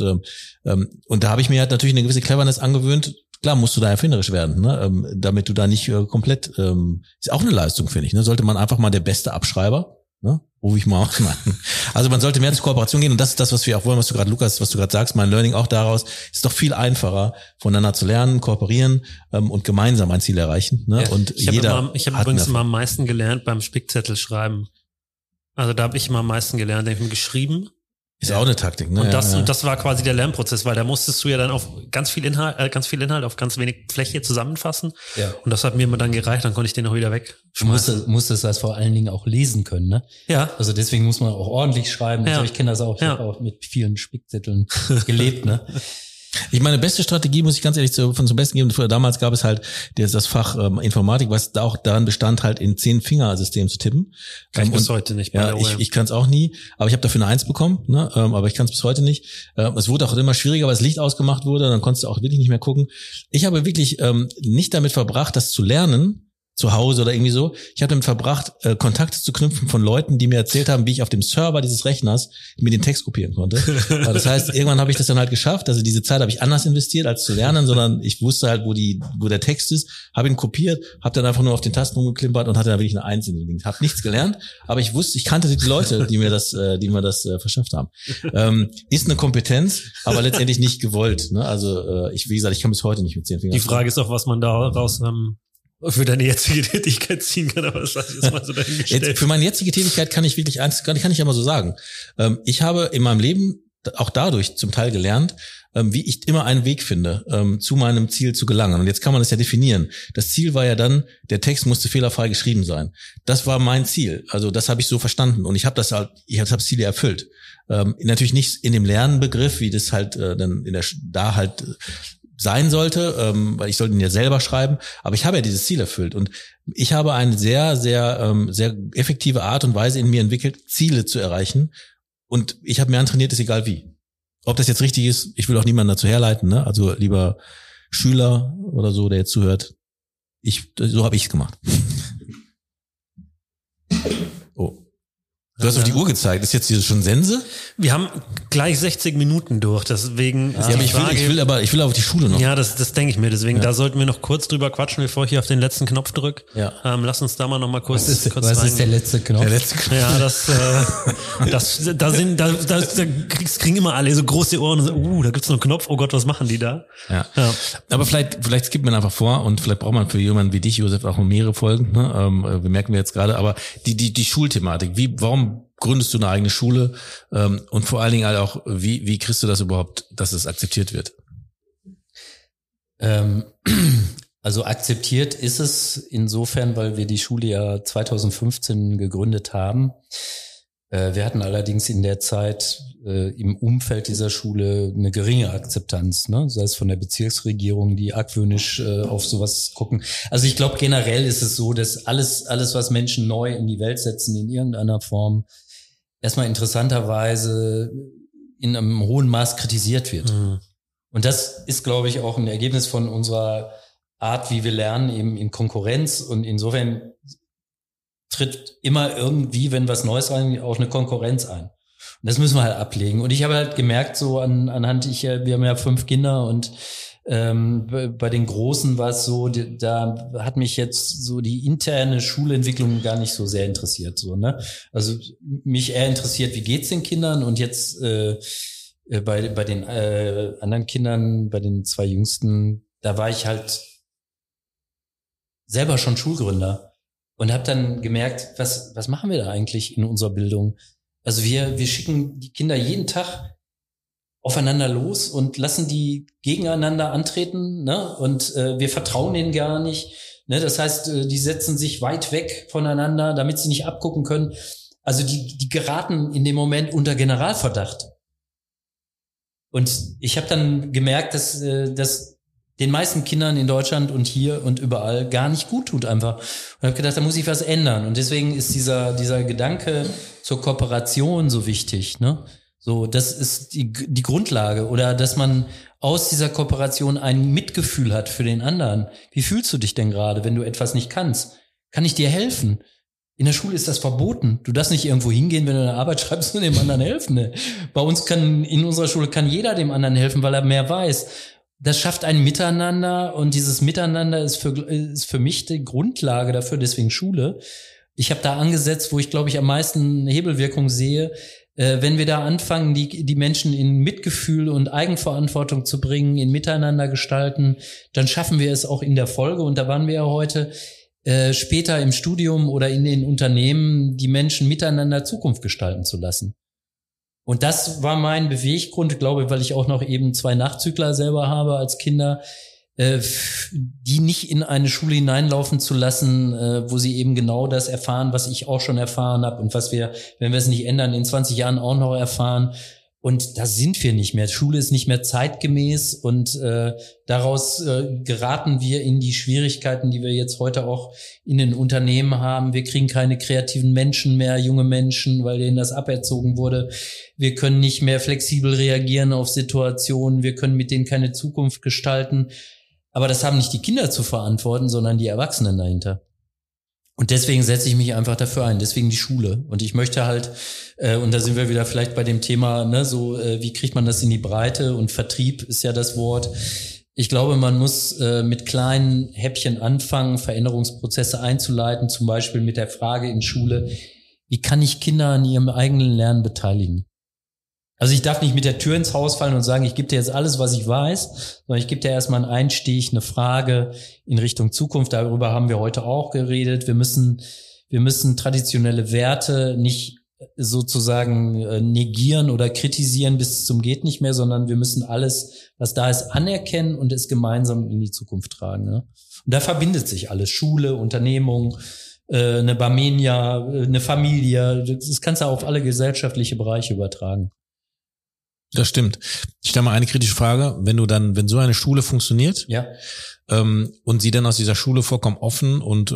da habe ich mir halt natürlich eine gewisse Cleverness angewöhnt. Klar musst du da erfinderisch werden, ne? Damit du da nicht komplett, ist auch eine Leistung, finde ich. Ne? Sollte man einfach mal der beste Abschreiber, ne? Rufe ich mal auf. Also man sollte mehr zur Kooperation gehen und das ist das, was wir auch wollen, was du gerade sagst, mein Learning auch daraus, ist doch viel einfacher, voneinander zu lernen, kooperieren und gemeinsam ein Ziel erreichen. Ne? Ja, und ich habe übrigens immer am meisten gelernt beim Spickzettel schreiben. Also da habe ich immer am meisten gelernt, ich habe geschrieben. Ist auch eine Taktik, ne? Und das war quasi der Lernprozess, weil da musstest du ja dann auf ganz viel Inhalt auf ganz wenig Fläche zusammenfassen. Ja. Und das hat mir immer dann gereicht, dann konnte ich den auch wieder wegschmeißen. Du musstest das vor allen Dingen auch lesen können, ne? Ja. Also deswegen muss man auch ordentlich schreiben. Ja. Also ich kenne das auch, ich habe auch mit vielen Spickzetteln gelebt, ne? Ich meine, beste Strategie, muss ich ganz ehrlich zum Besten geben. Früher damals gab es halt das Fach Informatik, was da auch daran bestand, halt in 10-Finger-System zu tippen. Kann ich bis heute nicht. Ja, ich kann es auch nie, aber ich habe dafür eine 1 bekommen, ne? Aber ich kann es bis heute nicht. Es wurde auch immer schwieriger, weil das Licht ausgemacht wurde, dann konntest du auch wirklich nicht mehr gucken. Ich habe wirklich nicht damit verbracht, das zu lernen, zu Hause oder irgendwie so. Ich habe damit verbracht, Kontakte zu knüpfen von Leuten, die mir erzählt haben, wie ich auf dem Server dieses Rechners mir den Text kopieren konnte. Das heißt, irgendwann habe ich das dann halt geschafft. Also diese Zeit habe ich anders investiert, als zu lernen, sondern ich wusste halt, wo der Text ist, habe ihn kopiert, habe dann einfach nur auf den Tasten rumgeklimpert und hatte dann wirklich eine 1 in den Ding. Habe nichts gelernt, aber ich kannte die Leute, die mir das verschafft haben. Ist eine Kompetenz, aber letztendlich nicht gewollt. Ne? Also wie gesagt, ich kann bis heute nicht mit 10 Fingern. Die Frage ist auch, was man daraus für deine jetzige Tätigkeit ziehen kann, aber das lasse ich jetzt mal so dahingestellt. Für meine jetzige Tätigkeit kann ich wirklich kann ich ja mal so sagen. Ich habe in meinem Leben auch dadurch zum Teil gelernt, wie ich immer einen Weg finde, zu meinem Ziel zu gelangen. Und jetzt kann man das ja definieren. Das Ziel war ja dann, der Text musste fehlerfrei geschrieben sein. Das war mein Ziel. Also das habe ich so verstanden. Und ich habe das Ziel erfüllt. Natürlich nicht in dem Lernbegriff, wie das halt dann sein sollte, weil ich sollte ihn ja selber schreiben, aber ich habe ja dieses Ziel erfüllt und ich habe eine sehr, sehr, sehr effektive Art und Weise in mir entwickelt, Ziele zu erreichen und ich habe mir antrainiert, ist egal wie. Ob das jetzt richtig ist, ich will auch niemanden dazu herleiten, ne? Also lieber Schüler oder so, der jetzt zuhört, so habe ich es gemacht. Oh. Du hast auf die Uhr gezeigt. Ist jetzt hier schon Sense? Wir haben gleich 60 Minuten durch, deswegen ist die Frage, ich will aber auf die Schule noch. Ja, das denke ich mir. Deswegen, da sollten wir noch kurz drüber quatschen, bevor ich hier auf den letzten Knopf drücke. Ja. Lass uns da mal noch mal kurz rein. Was ist der letzte Knopf? Der letzte Knopf. Ja, das kriegen immer alle so große Ohren und so, da gibt's noch einen Knopf. Oh Gott, was machen die da? Ja. Aber vielleicht skippt man einfach vor und vielleicht braucht man für jemanden wie dich, Josef, auch mehrere Folgen. Ne? Wir merken wir jetzt gerade. Aber die Schulthematik, warum gründest du eine eigene Schule und vor allen Dingen halt auch, wie kriegst du das überhaupt, dass es akzeptiert wird? Also akzeptiert ist es insofern, weil wir die Schule ja 2015 gegründet haben. Wir hatten allerdings in der Zeit im Umfeld dieser Schule eine geringe Akzeptanz, ne? Sei es von der Bezirksregierung, die argwöhnisch auf sowas gucken. Also ich glaube, generell ist es so, dass alles, was Menschen neu in die Welt setzen, in irgendeiner Form, erstmal interessanterweise in einem hohen Maß kritisiert wird. Mhm. Und das ist, glaube ich, auch ein Ergebnis von unserer Art, wie wir lernen, eben in Konkurrenz. Und insofern tritt immer irgendwie, wenn was Neues rein, auch eine Konkurrenz ein. Und das müssen wir halt ablegen. Und ich habe halt gemerkt, so anhand, wir haben ja 5 Kinder und bei den Großen war es so, da hat mich jetzt so die interne Schulentwicklung gar nicht so sehr interessiert. So, ne? Also mich eher interessiert, wie geht's den Kindern? Und jetzt bei den anderen Kindern, bei den 2 Jüngsten, da war ich halt selber schon Schulgründer und habe dann gemerkt, was machen wir da eigentlich in unserer Bildung? Also wir schicken die Kinder jeden Tag aufeinander los und lassen die gegeneinander antreten, ne? Und wir vertrauen denen gar nicht, ne? Das heißt, die setzen sich weit weg voneinander, damit sie nicht abgucken können. Also die geraten in dem Moment unter Generalverdacht. Und ich habe dann gemerkt, dass den meisten Kindern in Deutschland und hier und überall gar nicht gut tut einfach. Und habe gedacht, da muss ich was ändern. Und deswegen ist dieser Gedanke zur Kooperation so wichtig, ne? So, das ist die Grundlage. Oder dass man aus dieser Kooperation ein Mitgefühl hat für den anderen. Wie fühlst du dich denn gerade, wenn du etwas nicht kannst? Kann ich dir helfen? In der Schule ist das verboten. Du darfst nicht irgendwo hingehen, wenn du eine Arbeit schreibst und dem anderen helfen. Ne? Bei uns in unserer Schule kann jeder dem anderen helfen, weil er mehr weiß. Das schafft ein Miteinander und dieses Miteinander ist für mich die Grundlage dafür, deswegen Schule. Ich habe da angesetzt, wo ich, glaube ich, am meisten Hebelwirkung sehe, wenn wir da anfangen, die Menschen in Mitgefühl und Eigenverantwortung zu bringen, in Miteinander gestalten, dann schaffen wir es auch in der Folge. Und da waren wir ja heute später im Studium oder in den Unternehmen, die Menschen miteinander Zukunft gestalten zu lassen. Und das war mein Beweggrund, glaube ich, weil ich auch noch eben 2 Nachzügler selber habe als Kinder, die nicht in eine Schule hineinlaufen zu lassen, wo sie eben genau das erfahren, was ich auch schon erfahren habe und was wir, wenn wir es nicht ändern, in 20 Jahren auch noch erfahren. Und da sind wir nicht mehr. Schule ist nicht mehr zeitgemäß und daraus geraten wir in die Schwierigkeiten, die wir jetzt heute auch in den Unternehmen haben. Wir kriegen keine kreativen Menschen mehr, junge Menschen, weil denen das aberzogen wurde. Wir können nicht mehr flexibel reagieren auf Situationen. Wir können mit denen keine Zukunft gestalten. Aber das haben nicht die Kinder zu verantworten, sondern die Erwachsenen dahinter. Und deswegen setze ich mich einfach dafür ein, deswegen die Schule. Und ich möchte halt, und da sind wir wieder vielleicht bei dem Thema, ne, so wie kriegt man das in die Breite? Und Vertrieb ist ja das Wort. Ich glaube, man muss mit kleinen Häppchen anfangen, Veränderungsprozesse einzuleiten, zum Beispiel mit der Frage in Schule, wie kann ich Kinder an ihrem eigenen Lernen beteiligen? Also ich darf nicht mit der Tür ins Haus fallen und sagen, ich gebe dir jetzt alles, was ich weiß, sondern ich gebe dir erstmal einen Einstieg, eine Frage in Richtung Zukunft. Darüber haben wir heute auch geredet. Wir müssen traditionelle Werte nicht sozusagen negieren oder kritisieren bis zum geht nicht mehr, sondern wir müssen alles, was da ist, anerkennen und es gemeinsam in die Zukunft tragen. Ne? Und da verbindet sich alles. Schule, Unternehmung, eine Barmenia, eine Familie. Das kannst du auf alle gesellschaftliche Bereiche übertragen. Das stimmt. Ich stelle mal eine kritische Frage. Wenn so eine Schule funktioniert, ja, und sie dann aus dieser Schule vollkommen offen und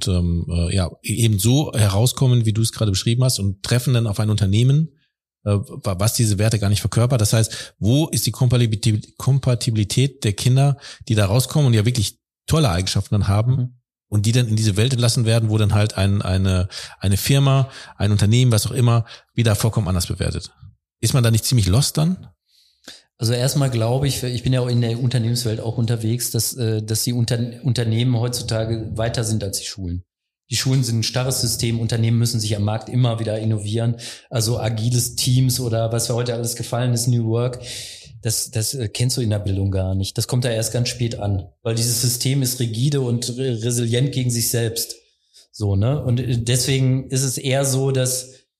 eben so herauskommen, wie du es gerade beschrieben hast, und treffen dann auf ein Unternehmen, was diese Werte gar nicht verkörpert. Das heißt, wo ist die Kompatibilität der Kinder, die da rauskommen und ja wirklich tolle Eigenschaften dann haben, und die dann in diese Welt entlassen werden, wo dann halt eine Firma, ein Unternehmen, was auch immer, wieder vollkommen anders bewertet? Ist man da nicht ziemlich lost dann? Also erstmal glaube ich bin ja auch in der Unternehmenswelt auch unterwegs, dass die Unternehmen heutzutage weiter sind als die Schulen. Die Schulen sind ein starres System, Unternehmen müssen sich am Markt immer wieder innovieren. Also agiles Teams oder was für heute alles gefallen ist, New Work, das kennst du in der Bildung gar nicht. Das kommt da erst ganz spät an, weil dieses System ist rigide und resilient gegen sich selbst. So, ne? Und deswegen ist es eher so, dass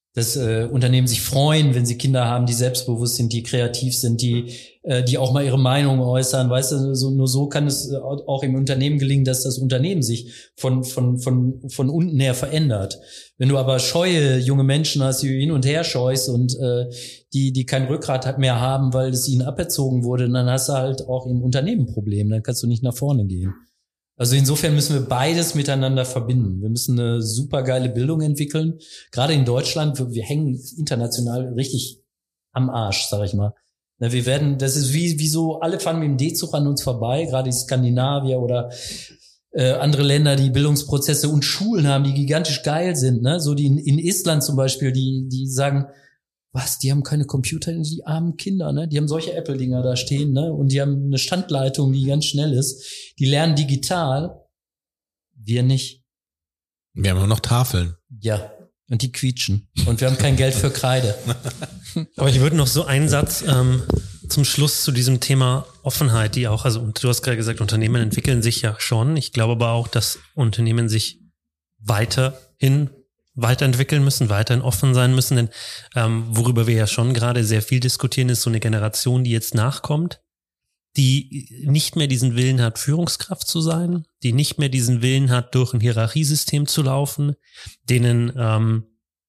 dass Unternehmen sich freuen, wenn sie Kinder haben, die selbstbewusst sind, die kreativ sind, die auch mal ihre Meinung äußern. Weißt du, nur so kann es auch im Unternehmen gelingen, dass das Unternehmen sich von unten her verändert. Wenn du aber scheue junge Menschen hast, die hin und her scheust und die kein Rückgrat mehr haben, weil es ihnen aberzogen wurde, dann hast du halt auch im Unternehmen ein Problem. Dann kannst du nicht nach vorne gehen. Also insofern müssen wir beides miteinander verbinden. Wir müssen eine super geile Bildung entwickeln. Gerade in Deutschland, wir hängen international richtig am Arsch, sag ich mal. Wir werden, das ist wie so, alle fahren mit dem D-Zug an uns vorbei, gerade die Skandinavier oder andere Länder, die Bildungsprozesse und Schulen haben, die gigantisch geil sind. Ne? So die in Estland zum Beispiel, die sagen, was, die haben keine Computer, die armen Kinder, ne? Die haben solche Apple-Dinger da stehen, ne? Und die haben eine Standleitung, die ganz schnell ist. Die lernen digital. Wir nicht. Wir haben nur noch Tafeln. Ja. Und die quietschen. Und wir haben kein Geld für Kreide. Aber ich würde noch so einen Satz zum Schluss zu diesem Thema Offenheit, die auch, also du hast gerade gesagt, Unternehmen entwickeln sich ja schon. Ich glaube aber auch, dass Unternehmen sich weiterentwickeln müssen, weiterhin offen sein müssen, denn worüber wir ja schon gerade sehr viel diskutieren, ist so eine Generation, die jetzt nachkommt, die nicht mehr diesen Willen hat, Führungskraft zu sein, die nicht mehr diesen Willen hat, durch ein Hierarchiesystem zu laufen, denen,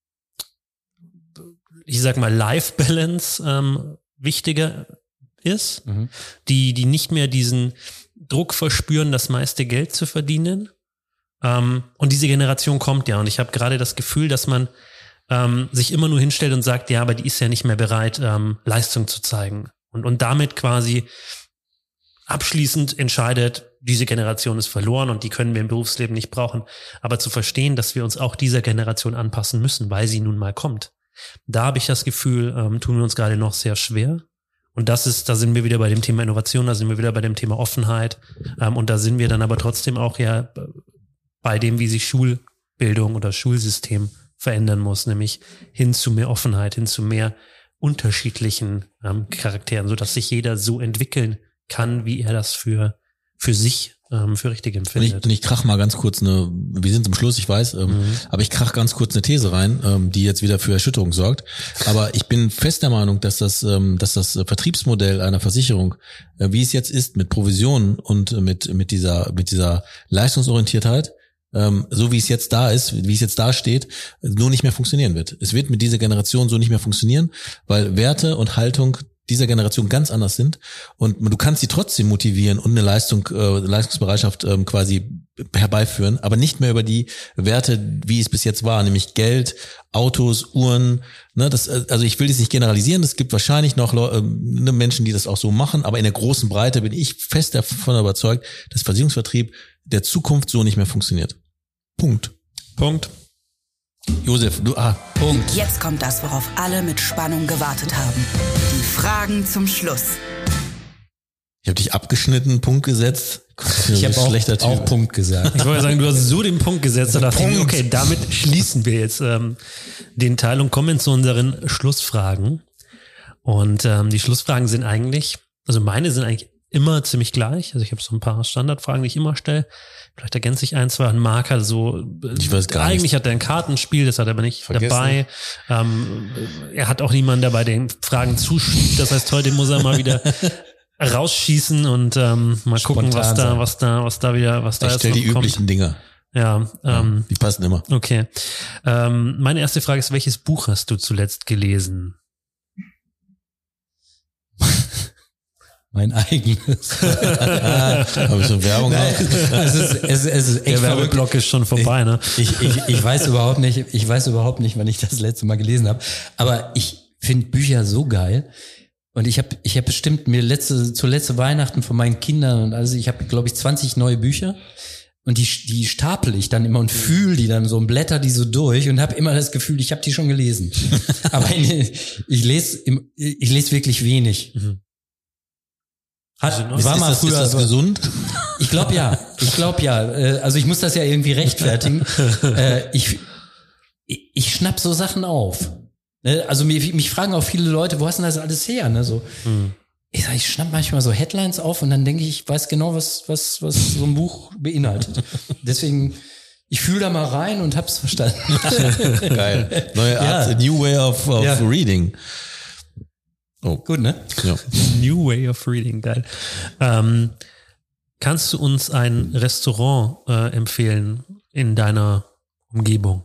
ich sag mal, Life-Balance wichtiger ist, die nicht mehr diesen Druck verspüren, das meiste Geld zu verdienen. Und diese Generation kommt ja, und ich habe gerade das Gefühl, dass man sich immer nur hinstellt und sagt, ja, aber die ist ja nicht mehr bereit, Leistung zu zeigen. Und damit quasi abschließend entscheidet, diese Generation ist verloren und die können wir im Berufsleben nicht brauchen. Aber zu verstehen, dass wir uns auch dieser Generation anpassen müssen, weil sie nun mal kommt. Da habe ich das Gefühl, tun wir uns gerade noch sehr schwer. Und da sind wir wieder bei dem Thema Innovation, da sind wir wieder bei dem Thema Offenheit. Und da sind wir dann aber trotzdem auch ja bei dem, wie sich Schulbildung oder Schulsystem verändern muss, nämlich hin zu mehr Offenheit, hin zu mehr unterschiedlichen Charakteren, sodass sich jeder so entwickeln kann, wie er das für sich für richtig empfindet. Und ich krach mal ganz kurz wir sind zum Schluss, ich weiß, aber ich krach ganz kurz eine These rein, die jetzt wieder für Erschütterung sorgt. Aber ich bin fest der Meinung, dass das Vertriebsmodell einer Versicherung, wie es jetzt ist, mit Provisionen und mit dieser Leistungsorientiertheit, so wie es jetzt da ist, wie es jetzt da steht, nur nicht mehr funktionieren wird. Es wird mit dieser Generation so nicht mehr funktionieren, weil Werte und Haltung dieser Generation ganz anders sind und du kannst sie trotzdem motivieren und eine Leistungsbereitschaft quasi herbeiführen, aber nicht mehr über die Werte, wie es bis jetzt war, nämlich Geld, Autos, Uhren. Ne, also ich will das nicht generalisieren, es gibt wahrscheinlich noch Menschen, die das auch so machen, aber in der großen Breite bin ich fest davon überzeugt, dass Versicherungsvertrieb der Zukunft so nicht mehr funktioniert. Punkt. Josef, Punkt. Jetzt kommt das, worauf alle mit Spannung gewartet haben. Die Fragen zum Schluss. Ich habe dich abgeschnitten, Punkt gesetzt. Ich habe auch Punkt gesagt. Ich wollte sagen, du hast so den Punkt gesetzt, da dachte ich, okay, damit schließen wir jetzt den Teil und kommen zu unseren Schlussfragen. Und die Schlussfragen sind eigentlich, also meine sind eigentlich immer ziemlich gleich. Also ich habe so ein paar Standardfragen, die ich immer stelle. Vielleicht ergänze ich ein, zwei. Ein Marc hat so, ich weiß gar eigentlich nicht. Hat er ein Kartenspiel, das hat er aber nicht dabei. Er hat auch niemanden dabei, der ihm Fragen zuschiebt. Das heißt, heute muss er mal wieder rausschießen und mal gucken, was da ich stelle die üblichen Dinge. Ja, die passen immer. Okay. Meine erste Frage ist, welches Buch hast du zuletzt gelesen? Mein eigenes. Habe ich so Werbung gemacht? Es ist echt der Werbeblock ist schon vorbei, ne? Ich weiß überhaupt nicht, wann ich das letzte Mal gelesen habe. Aber ich finde Bücher so geil. Und ich hab bestimmt mir zu letzte Weihnachten von meinen Kindern und also ich habe, glaube ich, 20 neue Bücher. Und die stapel ich dann immer und fühle die dann so und blätter die so durch und habe immer das Gefühl, ich habe die schon gelesen. Aber ich lese wirklich wenig. Mhm. Ist das gesund? Ich glaube ja. Also ich muss das ja irgendwie rechtfertigen. Ich schnapp so Sachen auf. Also mich fragen auch viele Leute, wo hast du das alles her? Ne? So, ich schnapp manchmal so Headlines auf und dann denke ich weiß genau, was so ein Buch beinhaltet. Deswegen, Ich fühle da mal rein und hab's verstanden. Geil. Neue Art, a new way of reading. Oh. Gut, ne? Ja. New way of reading, geil. Kannst du uns ein Restaurant empfehlen in deiner Umgebung?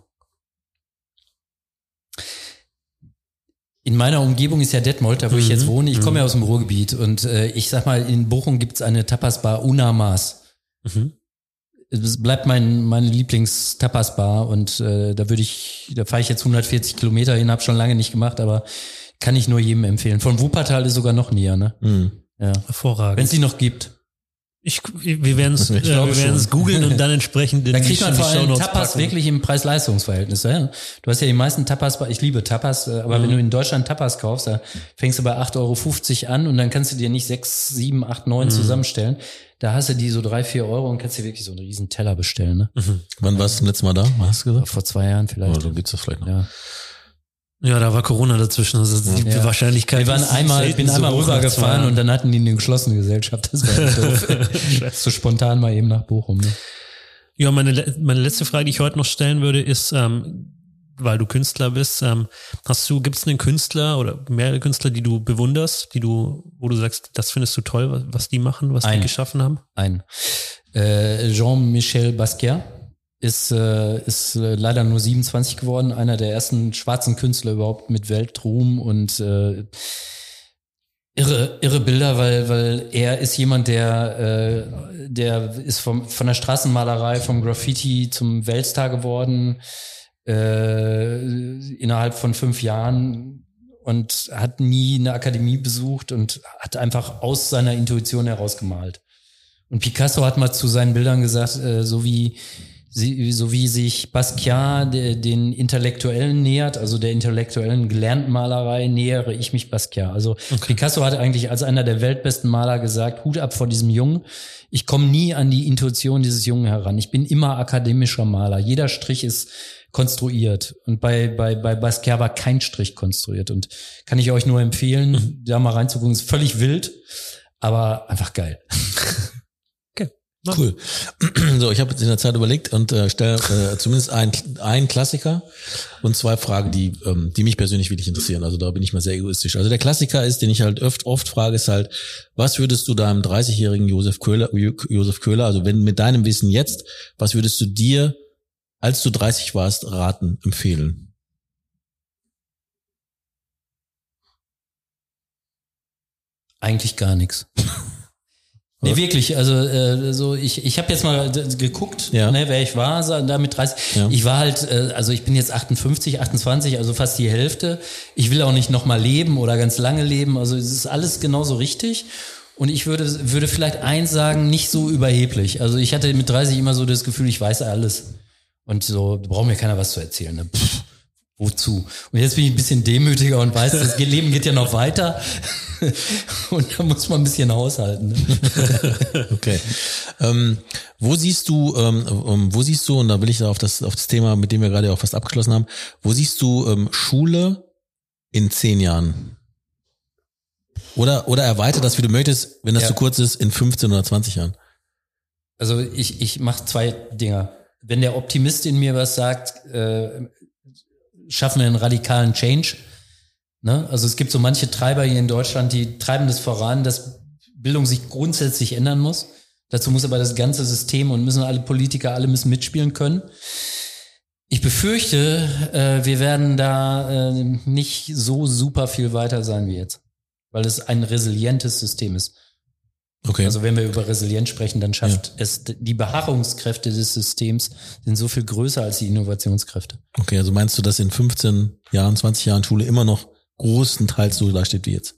In meiner Umgebung ist ja Detmold, da wo ich jetzt wohne. Ich komme ja aus dem Ruhrgebiet und ich sag mal, in Bochum gibt's eine Tapasbar Una Maas. Es bleibt meine Lieblings-Tapas-Bar und da fahre ich jetzt 140 Kilometer hin, habe schon lange nicht gemacht, aber kann ich nur jedem empfehlen. Von Wuppertal ist sogar noch näher, ne? Ja. Hervorragend. Wenn es die noch gibt. Wir werden es googeln und dann entsprechend da kriegt man vor allem Tapas packen. Wirklich im Preis-Leistungs-Verhältnis. Ja? Du hast ja die meisten Tapas, ich liebe Tapas, aber wenn du in Deutschland Tapas kaufst, da fängst du bei 8,50 € an und dann kannst du dir nicht 6, 7, 8, 9 zusammenstellen. Da hast du die so 3, 4 € und kannst dir wirklich so einen riesen Teller bestellen. Ne? Wann warst du das letzte Mal da? Was hast du gesagt? Vor 2 Jahren vielleicht. Oh, dann gibt's das vielleicht noch. Ja, da war Corona dazwischen, also die Wahrscheinlichkeit. Ich bin einmal rübergefahren und dann hatten die eine geschlossene Gesellschaft. Das war doof. So spontan mal eben nach Bochum. Ne? Ja, meine letzte Frage, die ich heute noch stellen würde, ist, weil du Künstler bist, gibt's einen Künstler oder mehrere Künstler, die du bewunderst, wo du sagst, das findest du toll, was die machen, was die geschaffen haben? Jean-Michel Basquiat. Ist leider nur 27 geworden, einer der ersten schwarzen Künstler überhaupt mit Weltruhm und irre Bilder, weil er ist jemand, der ist von der Straßenmalerei, vom Graffiti zum Weltstar geworden innerhalb von 5 Jahren und hat nie eine Akademie besucht und hat einfach aus seiner Intuition heraus gemalt. Und Picasso hat mal zu seinen Bildern gesagt, so wie sich Basquiat den Intellektuellen nähert, also der intellektuellen gelernten Malerei, nähere ich mich Basquiat. Also Picasso hat eigentlich als einer der weltbesten Maler gesagt, Hut ab vor diesem Jungen. Ich komme nie an die Intuition dieses Jungen heran. Ich bin immer akademischer Maler. Jeder Strich ist konstruiert. Und bei Basquiat war kein Strich konstruiert. Und kann ich euch nur empfehlen, da mal reinzugucken. Ist völlig wild, aber einfach geil. Cool. So, ich habe jetzt in der Zeit überlegt und stelle zumindest einen Klassiker und 2 Fragen, die mich persönlich wirklich interessieren. Also da bin ich mal sehr egoistisch. Also der Klassiker ist, den ich halt oft frage, ist halt, was würdest du deinem 30-jährigen Josef Köhler, also wenn mit deinem Wissen jetzt, was würdest du dir, als du 30 warst, empfehlen? Eigentlich gar nichts. Nee, wirklich, also ich habe jetzt mal geguckt, wer ich war, da mit 30. Ja. Ich war halt, also ich bin jetzt 28, also fast die Hälfte. Ich will auch nicht nochmal leben oder ganz lange leben, also es ist alles genauso richtig. Und ich würde vielleicht eins sagen, nicht so überheblich. Also ich hatte mit 30 immer so das Gefühl, ich weiß alles. Und so, da braucht mir keiner was zu erzählen. Ne? Wozu? Und jetzt bin ich ein bisschen demütiger und weiß, das Leben geht ja noch weiter. Und da muss man ein bisschen haushalten. Ne? Okay. Wo siehst du, und da will ich auf das Thema, mit dem wir gerade auch fast abgeschlossen haben, wo siehst du Schule in 10 Jahren? Oder erweiter das, wie du möchtest, wenn das zu kurz ist, in 15 oder 20 Jahren? Also ich mache 2 Dinge. Wenn der Optimist in mir was sagt, schaffen wir einen radikalen Change. Ne? Also es gibt so manche Treiber hier in Deutschland, die treiben das voran, dass Bildung sich grundsätzlich ändern muss. Dazu muss aber das ganze System und müssen alle Politiker, alle müssen mitspielen können. Ich befürchte, wir werden da nicht so super viel weiter sein wie jetzt, weil es ein resilientes System ist. Okay. Also wenn wir über Resilienz sprechen, dann schafft es, die Beharrungskräfte des Systems sind so viel größer als die Innovationskräfte. Okay, also meinst du, dass in 15 Jahren, 20 Jahren Schule immer noch großenteils so da steht wie jetzt?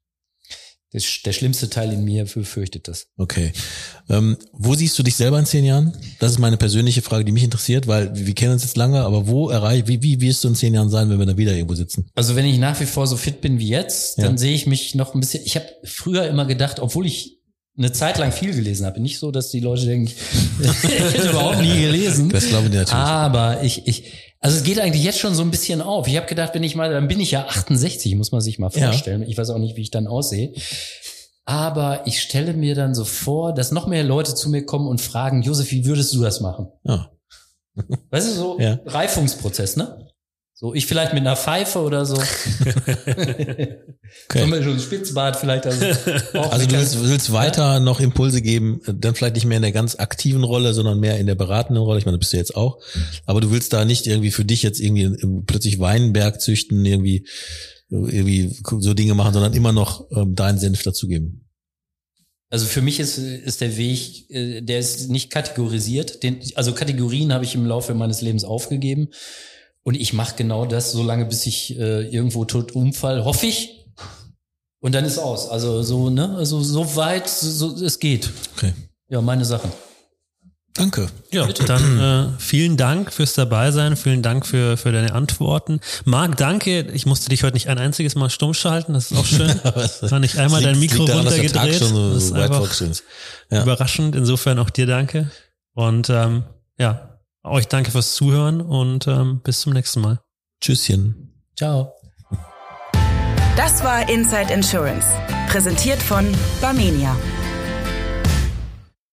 Der schlimmste Teil in mir befürchtet das. Okay. Wo siehst du dich selber in 10 Jahren? Das ist meine persönliche Frage, die mich interessiert, weil wir kennen uns jetzt lange, aber wie wirst du in 10 Jahren sein, wenn wir da wieder irgendwo sitzen? Also wenn ich nach wie vor so fit bin wie jetzt, dann sehe ich mich noch ein bisschen, ich habe früher immer gedacht, obwohl ich eine Zeit lang viel gelesen habe. Nicht so, dass die Leute denken, ich hätte überhaupt nie gelesen. Das glaube ich natürlich. Aber also es geht eigentlich jetzt schon so ein bisschen auf. Ich habe gedacht, dann bin ich ja 68, muss man sich mal vorstellen. Ja. Ich weiß auch nicht, wie ich dann aussehe. Aber ich stelle mir dann so vor, dass noch mehr Leute zu mir kommen und fragen, Josef, wie würdest du das machen? Ja. Weißt du, so Reifungsprozess, ne? So, ich vielleicht mit einer Pfeife oder so. Okay. Schon ein Spitzbart vielleicht. Also du willst weiter noch Impulse geben, dann vielleicht nicht mehr in der ganz aktiven Rolle, sondern mehr in der beratenden Rolle. Ich meine, das bist du jetzt auch. Aber du willst da nicht irgendwie für dich jetzt irgendwie plötzlich Weinberg züchten, irgendwie so Dinge machen, sondern immer noch deinen Senf dazugeben. Also für mich ist der Weg, der ist nicht kategorisiert. Also Kategorien habe ich im Laufe meines Lebens aufgegeben. Und ich mache genau das, solange bis ich irgendwo tot umfall, hoffe ich. Und dann ist aus. Also so, ne? Also so weit es geht. Okay. Ja, meine Sachen. Danke. Ja, bitte. Dann vielen Dank fürs Dabeisein, vielen Dank für deine Antworten. Marc, danke. Ich musste dich heute nicht ein einziges Mal stumm schalten, das ist auch schön. War nicht einmal dein Mikro runtergedreht. Das ist einfach überraschend. Insofern auch dir danke. Und euch danke fürs Zuhören und bis zum nächsten Mal. Tschüsschen. Ciao. Das war Inside Insurance, präsentiert von Barmenia.